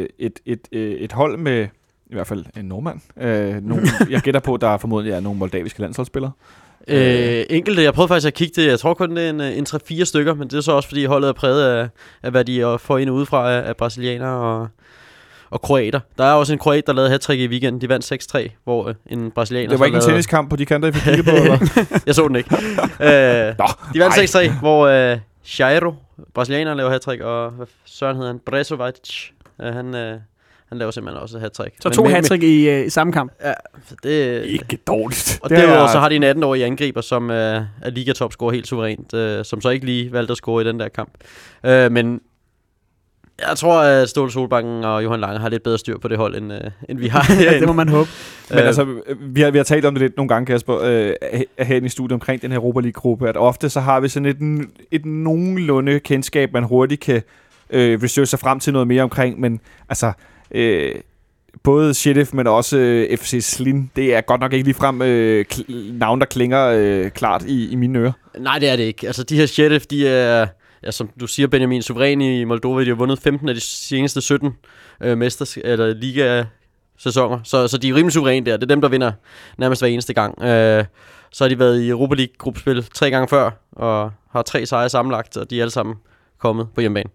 et hold med i hvert fald en nordmand. Jeg gætter på, at der formodentlig er nogle moldaviske landsholdsspillere. Enkelte, jeg prøvede faktisk at kigge det. Jeg tror kun det er en 3-4 stykker, men det er så også fordi holdet er præget af hvad de får ind og udefra af brasilianere og kroater. Der er også en kroat, der lavede hat-trick i weekenden. De vandt 6-3, hvor en brasilianer... Det var ikke en tenniskamp på de kanter, I fik kigge på, eller? Jeg så den ikke. De vandt 6-3, hvor Jairo, brasilianer, laver hat-trick, og hvad søren hedder han? Brezovic. Han laver simpelthen også hat-trick. Så 2 hat-trick i samme kamp? Ja, det ikke dårligt. Og derudover så har de en 18-årig angriber, som er ligatopscorer helt suverænt, som så ikke lige valgte at score i den der kamp. Men jeg tror, at Ståle Solbakken og Johan Lange har lidt bedre styr på det hold, end vi har. Ja, det må man håbe. Men altså, vi har talt om det lidt nogle gange, Kasper, herinde i studiet omkring den her Europa League-gruppe, at ofte så har vi sådan et nogenlunde kendskab, man hurtigt kan researche sig frem til noget mere omkring, men altså... både Sheriff, men også FC Zlín, det er godt nok ikke ligefrem navn, der klinger klart i mine ører. Nej, det er det ikke. Altså, de her Sheriff, de er, ja, som du siger, Benjamin, suveræne i Moldova. De har vundet 15 af de seneste 17 eller liga-sæsoner. Så de er rimelig suveræne der. Det er dem, der vinder nærmest hver eneste gang. Så har de været i Europa League-gruppespil 3 gange før, og har 3 sejre sammenlagt, og de er alle sammen kommet på hjemmebane.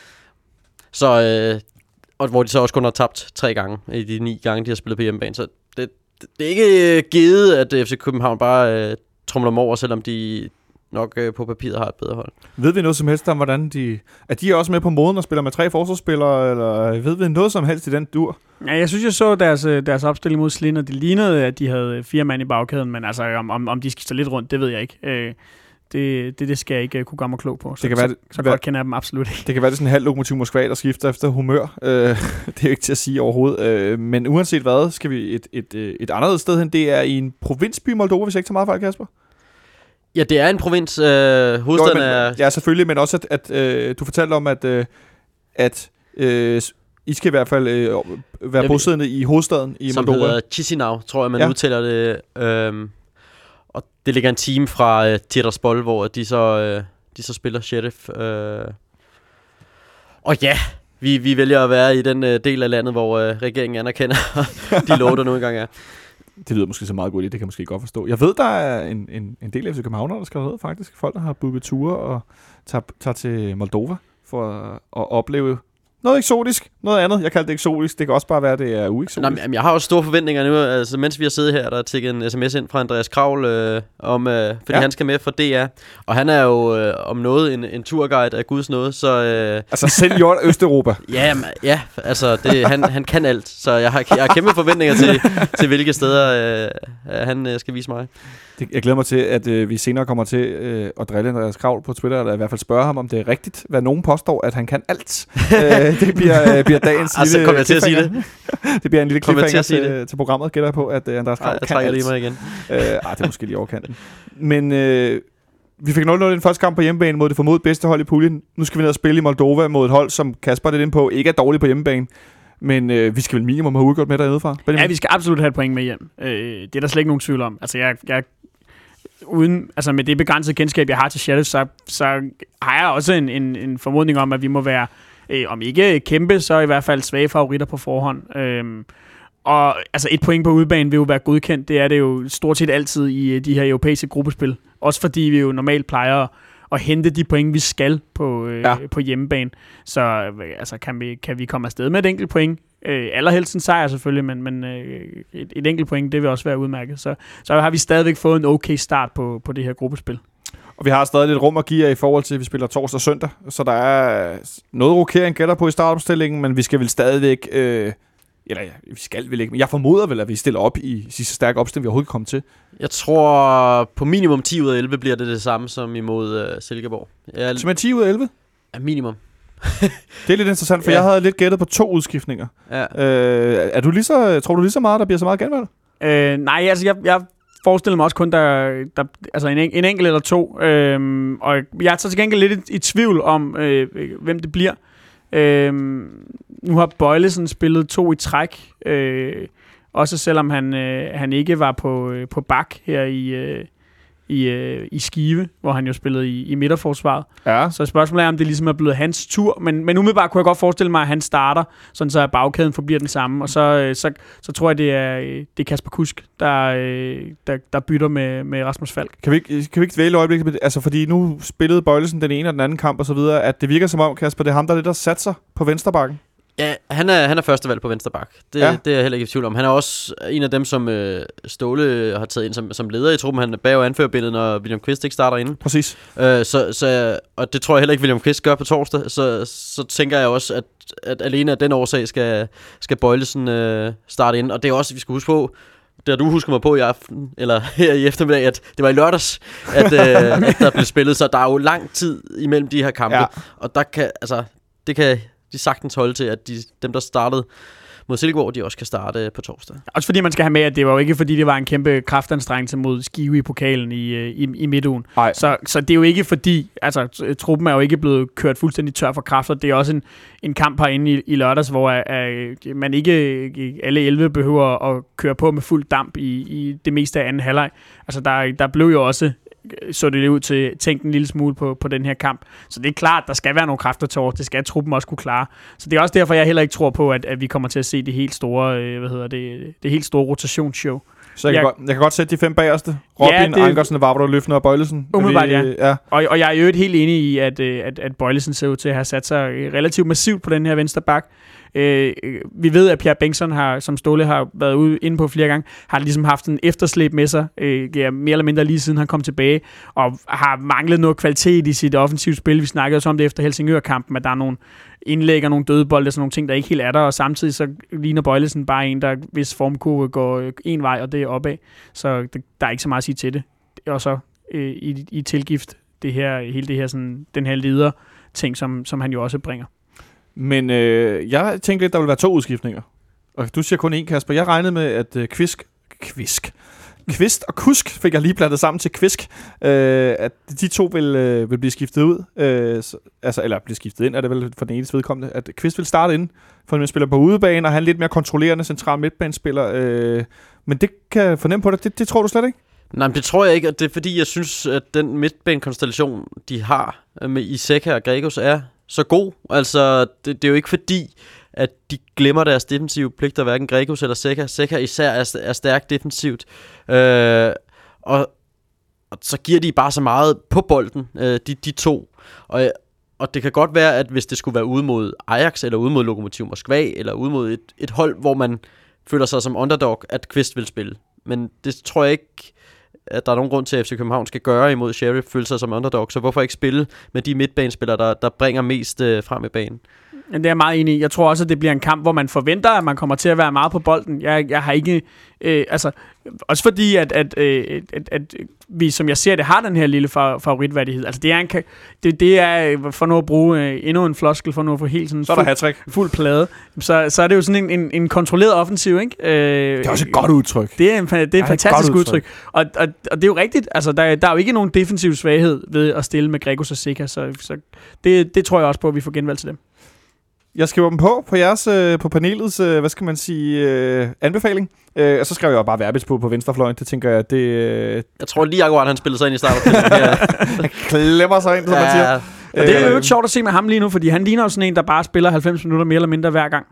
Så... og hvor de så også kun har tabt 3 gange i de 9 gange, de har spillet på hjemmebane. Så det er ikke givet, at FC København bare tromler dem over, selvom de nok på papiret har et bedre hold. Ved vi noget som helst om, hvordan er de også med på måden og spiller med 3 forsvarsspillere, eller ved vi noget som helst i den dur? Ja, jeg synes, jeg så deres opstilling mod Zlín, og det lignede, at de havde 4 mand i bagkæden, men altså, om de skifter lidt rundt, det ved jeg ikke. Det skal jeg ikke kunne gøre mig klog på. Så godt kender jeg dem absolut ikke. Det kan være, det er sådan en halv Lokomotiv Moskva, der skifter efter humør. Det er jo ikke til at sige overhovedet. Men uanset hvad, skal vi et andet sted hen. Det er i en provinsby i Moldova, hvis jeg ikke tager meget fejl, Kasper. Ja, det er en provins. Hovedstaden er... Ja, selvfølgelig, men også at du fortalte om, at I skal i hvert fald være bosiddende i hovedstaden i Moldova. Som hedder Chisinau, tror jeg, man udtaler det. Og det ligger en time fra Tiraspol, hvor de så spiller Sheriff. Og ja, vi vælger at være i den del af landet, hvor regeringen anerkender de love, der nu engang er. Det lyder måske så meget godt, det kan jeg måske godt forstå. Jeg ved, der er en del af FC Københavner, der skal ned faktisk. Folk, der har booket ture og tager til Moldova for at opleve noget eksotisk, noget andet. Jeg kalder det eksotisk. Det kan også bare være, det er ueksotisk. Nej, jeg har også store forventninger nu. Altså, mens vi har siddet her, der er tækket en sms ind fra Andreas Kravl, fordi han skal med for DR. Og han er jo om noget en turguide af Guds nåde. Så, altså selv gjort Østeuropa. Ja, altså han kan alt. Så jeg har kæmpe forventninger til hvilke steder han skal vise mig. Jeg glæder mig til, at vi senere kommer til at drille Andreas Kravl på Twitter, eller i hvert fald spørge ham, om det er rigtigt, hvad nogen påstår, at han kan alt. Det bliver dagens lille... Så kommer jeg til at sige det. Det bliver en lille cliffhanger til programmet, gætter jeg på, at Andreas Kravl kan trækker lige mig igen. Det er måske lige overkanten. Men vi fik 0-0 i den første kamp på hjemmebane mod det formodet bedste hold i puljen. Nu skal vi ned og spille i Moldova mod et hold, som Kasper er lidt inde på, ikke er dårligt på hjemmebane. Men vi skal vel minimum have udgjort med dernedefra. Ja, vi skal absolut have et point med hjem. Det er der slet ikke nogen tvivl om. Altså, jeg altså med det begrænsede kendskab, jeg har til Sheriff, så har jeg også en formodning om, at vi må være om ikke kæmpe, så i hvert fald svage favoritter på forhånd. Og altså 1 point på udebane vil jo være godkendt. Det er det jo stort set altid i de her europæiske gruppespil. Også fordi vi jo normalt plejer at hente de point, vi skal på hjemmebane. Så altså, kan vi komme afsted med et enkelt point? Allerhelst en sejr selvfølgelig, men et enkelt point, det vil også være udmærket. Så har vi stadigvæk fået en okay start på det her gruppespil. Og vi har stadig lidt rum at give i forhold til, at vi spiller torsdag og søndag. Så der er noget rokering gætter på i startopstillingen, men vi skal vel stadigvæk... vi skal vel ikke, men jeg formoder vel, at vi stiller op i sidste stærke opstilling, vi overhovedet kommer til. Jeg tror, på minimum 10 ud af 11 bliver det samme som imod Silkeborg. Som er 10 ud af 11? Ja, minimum. Det er lidt interessant, for jeg havde lidt gættet på 2 udskiftninger. Ja. Tror du lige så meget, der bliver så meget genvalg? Nej, altså jeg forestiller mig også kun, der altså en enkelt eller 2. Og jeg er så til gengæld lidt i tvivl om, hvem det bliver. Nu har Bøjlesen spillet 2 i træk, også selvom han ikke var på bak her i Skive, hvor han jo spillede i midterforsvaret. Ja. Så spørgsmålet er, om det ligesom er blevet hans tur, men umiddelbart kunne jeg godt forestille mig, at han starter, sådan så bagkæden forbliver den samme, og så tror jeg, det er Kasper Kusk, der bytter med Rasmus Falk. Kan vi ikke dvæle øjeblikket, altså fordi nu spillede Bøjlesen den ene og den anden kamp og så videre, at det virker som om, Kasper, det er ham, der lidt der satser på venstrebakken? Ja, han er første valg på venstre bak. Det er jeg heller ikke i tvivl om. Han er også en af dem, som Ståle har taget ind som leder i truppen. Han bag og anførerbindet, når William Kvist ikke starter inde. Præcis. Og det tror jeg heller ikke, William Kvist gør på torsdag. Så tænker jeg også, at alene af den årsag skal Bøjlesen starte ind. Og det er også, vi skal huske på, det du husker mig på i aften, eller her i eftermiddag, at det var i lørdags, at der blev spillet. Så der er jo lang tid imellem de her kampe. Ja. Og der kan, altså, det kan... de sagtens holde til, at dem, der startede mod Silkeborg, de også kan starte på torsdag. Også fordi man skal have med, at det var jo ikke, fordi det var en kæmpe kraftanstrengelse mod Skive i pokalen i midtugen. Så det er jo ikke fordi, altså truppen er jo ikke blevet kørt fuldstændig tør for kræfter. Det er også en kamp herinde i lørdags, hvor man ikke alle 11 behøver at køre på med fuld damp i det meste af anden halvleg. Altså der blev jo også så det ud til tænke en lille smule på den her kamp. Så det er klart, der skal være nogle kræfter til år. Det skal truppen også kunne klare. Så det er også derfor, jeg heller ikke tror på, at vi kommer til at se det helt store, det helt store rotationsshow. Så jeg kan godt sætte de 5 bagerste. Robin, Ankersen, Vavro, Løfner og Bøjlesen. Umiddelbart, ja. Og jeg er jo helt enig i, at Bøjlesen ser ud til at have sat sig relativt massivt på den her venstre bak. Vi ved, at Pierre Bengtsson som Ståle har været ude inde på flere gange, har ligesom haft en efterslæb med sig, mere eller mindre lige siden han kom tilbage, og har manglet noget kvalitet i sit offensivt spil. Vi snakkede også om det efter Helsingør-kampen, at der er nogle indlæg og nogle dødebolde, sådan nogle ting, der ikke helt er der, og samtidig så ligner Bøjlesen bare en, der hvis formkurve går en vej, og det er opad. Så der er ikke så meget at sige til det. Og så i tilgift hele det her sådan, den her leder ting, som han jo også bringer. Men jeg tænkte lidt, der ville være 2 udskiftninger. Og du siger kun 1, Kasper. Jeg regnede med, at Kvist og Kusk fik jeg lige blandet sammen til Kvisk. At de 2 vil blive skiftet ud. Eller blive skiftet ind, er det vel for den eneste vedkommende. At Kvist vil starte ind, for han spiller på udebane, og han er lidt mere kontrollerende central midtbanespiller. Men det kan jeg fornemme på dig. Det tror du slet ikke? Nej, men det tror jeg ikke, og det er fordi, jeg synes, at den midtbanekonstellation, de har med Iseka og Gregos, er så god. Altså, det er jo ikke fordi, at de glemmer deres defensive pligter, hverken Gregos eller Seka. Seka især er stærkt defensivt. Og så giver de bare så meget på bolden, de 2. Og det kan godt være, at hvis det skulle være ude mod Ajax, eller ude mod Lokomotiv Moskva, eller ude mod et hold, hvor man føler sig som underdog, at Kvist vil spille. Men det tror jeg ikke, at der er nogen grund til, at FC København skal gøre imod Sheriff, føle sig som underdog. Så hvorfor ikke spille med de midtbanespillere, der bringer mest frem i banen? Det er jeg meget enig i. Jeg tror også, at det bliver en kamp, hvor man forventer, at man kommer til at være meget på bolden. Jeg har ikke... også fordi, at vi, som jeg ser det, har den her lille favoritværdighed. Altså, det er for nu at bruge endnu en floskel, for nu at få helt sådan... Så er der hat-trick. Fuld plade. Så er det jo sådan en kontrolleret offensiv, ikke? Det er også et godt udtryk. Det er et fantastisk udtryk. Og det er jo rigtigt. Altså, der er jo ikke nogen defensiv svaghed ved at stille med Gregos og Seka, så det tror jeg også på, at vi får genvalg til dem. Jeg skriver dem på jeres, på panelets, hvad skal man sige, anbefaling. Og så skrev jeg jo bare Verbitz på venstrefløjen. Det tænker jeg, Jeg tror lige akkurat, han spillede sig ind i starten. Han klemmer sig ind, som man siger. Og det er jo ikke sjovt at se med ham lige nu, fordi han ligner jo sådan en, der bare spiller 90 minutter mere eller mindre hver gang.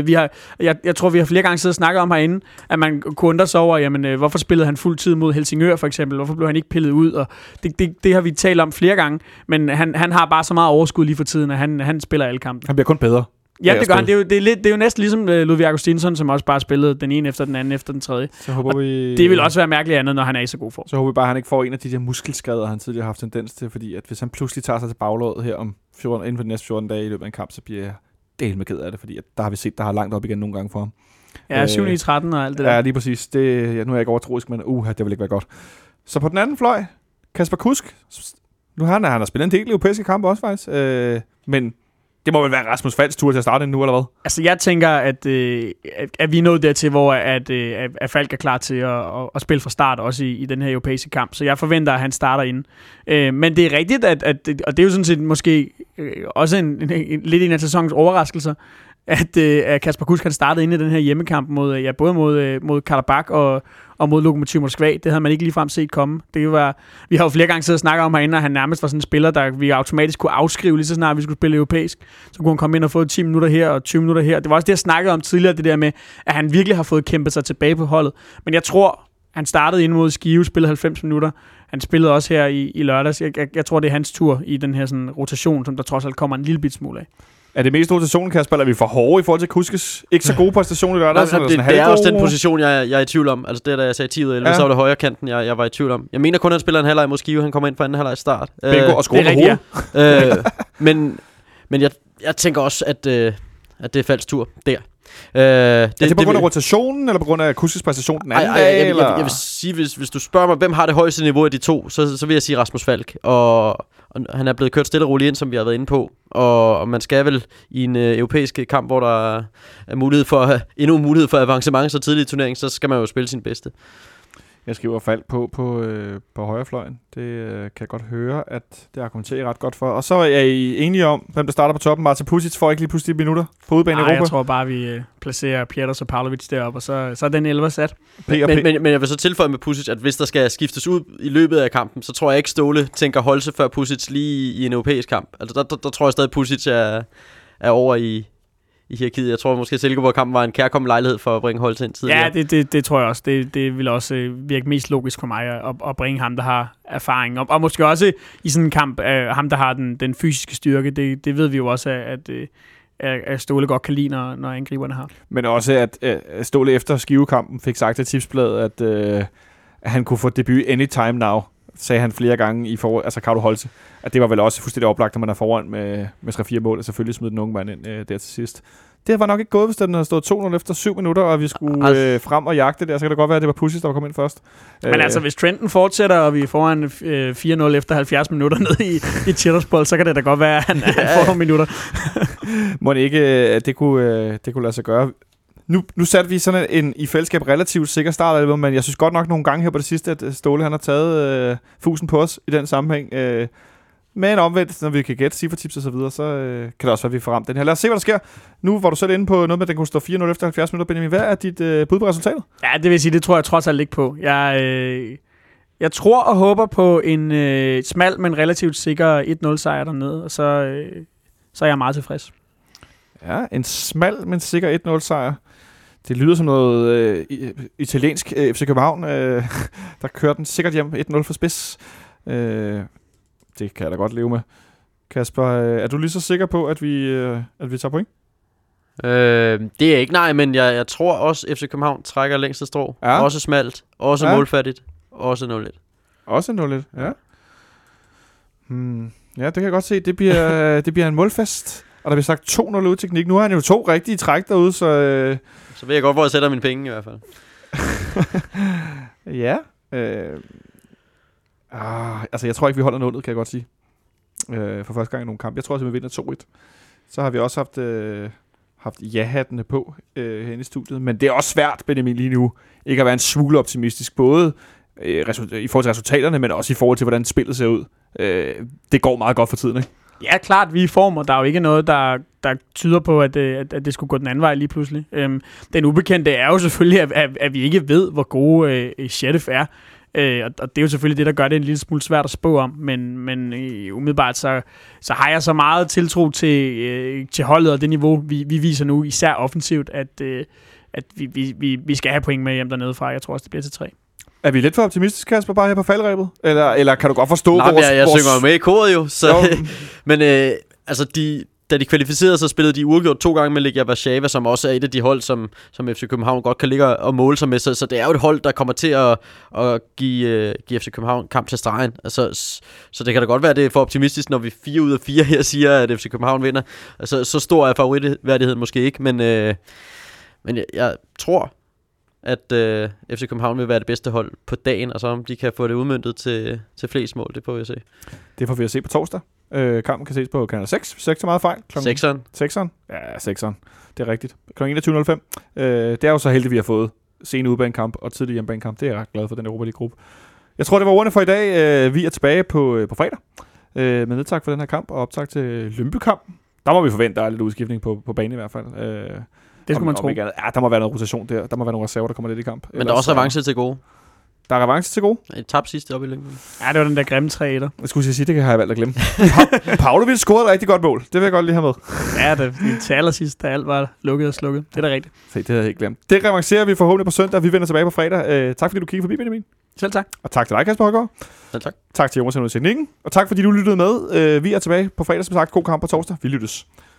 Jeg tror, vi har flere gange siddet og snakket om herinde, at man kunne undre sig over, jamen, hvorfor spillede han fuld tid mod Helsingør for eksempel? Hvorfor blev han ikke pillet ud? Og det har vi talt om flere gange, men han har bare så meget overskud lige for tiden, at han spiller alle kampe. Han bliver kun bedre. Ja, det gør han. Det er jo næsten ligesom Ludvig Augustinsson, som også bare spillede den ene efter den anden efter den tredje. Så håber vi... Det vil også være mærkeligt andet, når han er i så god form. Så håber vi bare, at han ikke får en af de der muskelskader, han tidligere har haft tendens til, fordi at hvis han pludselig tager sig til baglåret her om inden for de næste 14 dage i løbet af en kamp, så bliver jeg del med ked af det, fordi at der har vi set, der har langt op igen nogle gange for ham. Ja, 7-9-13 og alt det der. Ja, lige præcis. Nu er jeg ikke overtroisk, men det vil ikke være godt. Så på den anden fløj, Kasper Kusk. Nu han har spillet en del europæiske kampe også faktisk, men det må vel være Rasmus Falks tur til at starte nu, eller hvad? Altså, jeg tænker, at vi er nået dertil, hvor at Falk er klar til at spille fra start, også i den her europæiske kamp. Så jeg forventer, at han starter inden. Men det er rigtigt, og det er jo sådan set måske også lidt en af sæsonens overraskelser, at Kasper Kusk han startede inde i den her hjemmekamp både mod Karabakh og mod Lokomotiv Moskva. Det havde man ikke ligefrem set komme. Vi har jo flere gange siddet og snakket om herinde, at han nærmest var sådan en spiller, der vi automatisk kunne afskrive lige så snart vi skulle spille europæisk. Så kunne han komme ind og få 10 minutter her og 20 minutter her. Det var også det, jeg snakkede om tidligere, det der med, at han virkelig har fået kæmpet sig tilbage på holdet. Men jeg tror, han startede ind mod Skive, spillede 90 minutter. Han spillede også her i lørdags. Jeg tror, det er hans tur i den her sådan, rotation, som der trods alt kommer en lille bit smule af. Er det mest rotationen, Kasper, eller er vi for hårde i forhold til Kuskes ikke så gode præstation i lørdag? Det er også den position, jeg er i tvivl om. Altså det, da jeg sagde 10 ud af 11, så var det højre kanten, jeg var i tvivl om. Jeg mener kun, at han spiller en halvleg mod Skive. Han kommer ind for anden halvleg start. Bingo og scorer på hovedet. Men jeg tænker også, at det er Falks tur der. Er det på grund af rotationen, eller på grund af Kuskes præstation den anden dag? Jeg vil sige, hvis du spørger mig, hvem har det højeste niveau af de to, så vil jeg sige Rasmus Falk. Og han er blevet kørt stille og roligt ind, som vi har været inde på. Og man skal vel i en europæisk kamp, hvor der er mulighed for avancement så tidligt i turneringen, så skal man jo spille sin bedste. Jeg skriver Falk på højrefløjen. Det kan jeg godt høre, at det argumenterer I ret godt for. Og så er I enige om, hvem der starter på toppen. Marta Pusic får ikke lige pludselig minutter på udebane i Europa. Jeg tror bare, vi placerer Pieters og Pavlovic deroppe, og så er den 11 sat. Men jeg vil så tilføje med Pusic, at hvis der skal skiftes ud i løbet af kampen, så tror jeg ikke Ståle tænker holde sig før Pusic lige i en europæisk kamp. Altså der tror jeg stadig, Pusic er over i hierarkiet. Jeg tror måske, at Silkeborg-kampen var en kærkommen lejlighed for at bringe holdet ind tidligere. Ja, det tror jeg også. Det vil også virke mest logisk for mig at bringe ham, der har erfaring. Og måske også i sådan en kamp, ham, der har den fysiske styrke. Det ved vi jo også, at Ståle godt kan lide, når angriberne har. Men også, at Ståle efter Skivekampen fik sagt til Tipsbladet, at han kunne få debut anytime now, sagde han flere gange altså Carlo Holse. At det var vel også fuldstændig oplagt, at man er foran med 3-4 mål, og selvfølgelig smidt den unge mand ind der til sidst. Det var nok ikke gået, hvis den havde stået 2-0 efter 7 minutter, og vi skulle frem og jagte der. Så kan det godt være, at det var Pusic, der var kommet ind først. Men altså, hvis trenden fortsætter, og vi er foran 4-0 efter 70 minutter nede i Tjersborg, så kan det da godt være, at han får nogle minutter. Må det ikke, at det kunne lade sig gøre. Nu satte vi sådan en i fællesskab relativt sikker start, men jeg synes godt nok nogle gange her på det sidste, at Ståle han har taget fusen på os i den sammenhæng. Men omvendt, når vi kan gætte cifretips og så videre, så kan det også være, at vi får ramt den her. Lad os se, hvad der sker. Nu var du selv inde på noget med, at den kunne stå 4-0 efter 70 minutter. Benjamin, hvad er dit bud på resultatet? Ja, det vil sige, det tror jeg trods alt ikke på. Jeg tror og håber på en smal, men relativt sikker 1-0 sejr dernede, og så er jeg meget tilfreds. Ja, en smal, men sikker 1-0 sejr. Det lyder som noget italiensk FC København, der kører den sikkert hjem 1-0 for spids. Det kan jeg da godt leve med. Kasper, er du lige så sikker på, at vi tager point? Det er ikke nej, men jeg tror også, FC København trækker længste strå. Ja. Også smalt, også målfattigt, også 0-1. Også 0-1, ja. Ja, det kan jeg godt se. Det bliver en målfest. Og der bliver sagt 2-0 ud teknik. Nu har han jo 2 rigtige træk derude, så... Så ved jeg godt, hvor jeg sætter mine penge i hvert fald. Ja. Altså, jeg tror ikke, vi holder 0'et, kan jeg godt sige. For første gang i nogle kampe. Jeg tror også, vi vinder 2-1. Så har vi også haft ja-hattene på herinde i studiet. Men det er også svært, Benjamin, lige nu, ikke at være en smule optimistisk. Både i forhold til resultaterne, men også i forhold til, hvordan spillet ser ud. Det går meget godt for tiden, ikke? Ja, klart, vi er i form, og der er jo ikke noget, der tyder på, at det skulle gå den anden vej lige pludselig. Den ubekendte er jo selvfølgelig, at vi ikke ved, hvor gode Sheriff er. Og det er jo selvfølgelig det, der gør det en lille smule svært at spå om, men umiddelbart så har jeg så meget tiltro til holdet og det niveau, vi viser nu, især offensivt, at vi skal have point med hjem dernede fra. Jeg tror også, det bliver til 3. Er vi lidt for optimistiske, Kasper, bare her på faldrebet? Eller kan du godt forstå jeg synger med i koret jo. Så, men altså, da de kvalificerede, så spillede de uafgjort 2 gange med Legia Warszawa, som også er et af de hold, som FC København godt kan ligge og måle sig med. Så det er jo et hold, der kommer til at give FC København kamp til stregen. Altså, så det kan da godt være, at det er for optimistisk, når vi 4 ud af 4 her siger, at FC København vinder. Altså, så stor er favoritværdigheden måske ikke, men jeg tror, at FC København vil være det bedste hold på dagen, og så om de kan få det udmøntet til flest mål, det får vi at se. Det får vi at se på torsdag. Kampen kan ses på kanal 6, hvis jeg ikke så meget fejl. 6'eren? Ja, 6'eren. Det er rigtigt. Kl. 21.05. Det er jo så heldigt, vi har fået sen udbanekamp og tidlig hjemmebanekamp. Det er jeg ret glad for, den Europa League-gruppe. Jeg tror, det var ordene for i dag. Vi er tilbage på fredag. Med nedtak for den her kamp og optag til Lyngby-kampen. Der må vi forvente, der er lidt udskiftning på banen i hvert fald. Det skulle man tro. Ja, der må være noget rotation der. Der må være nogle reserver, der kommer lidt i kamp. Men der er også revanche til gode. Der er revanche til gode? Et tab sidste op i Lyngby. Ja, det var den der grimme 3-1'er. Jeg skulle sige, det kan jeg valgt at glemme. Pavlovic scorede et rigtig godt mål. Det vil jeg godt lige have med. Ja, det til allersidst, da alt var lukket og slukket. Det er da rigtigt. Se, det havde jeg ikke glemt. Det revancerer vi forhåbentlig på søndag. Vi vender tilbage på fredag. Tak fordi du kiggede forbi, Benjamin. Selv tak. Og tak til dig, Kasper Højgaard. Selv tak. Tak til Jonas Henrik Teknikken. Og tak fordi du lyttede med. Vi er tilbage på fredag, som sagt. God kamp på torsdag. Vi lyttes.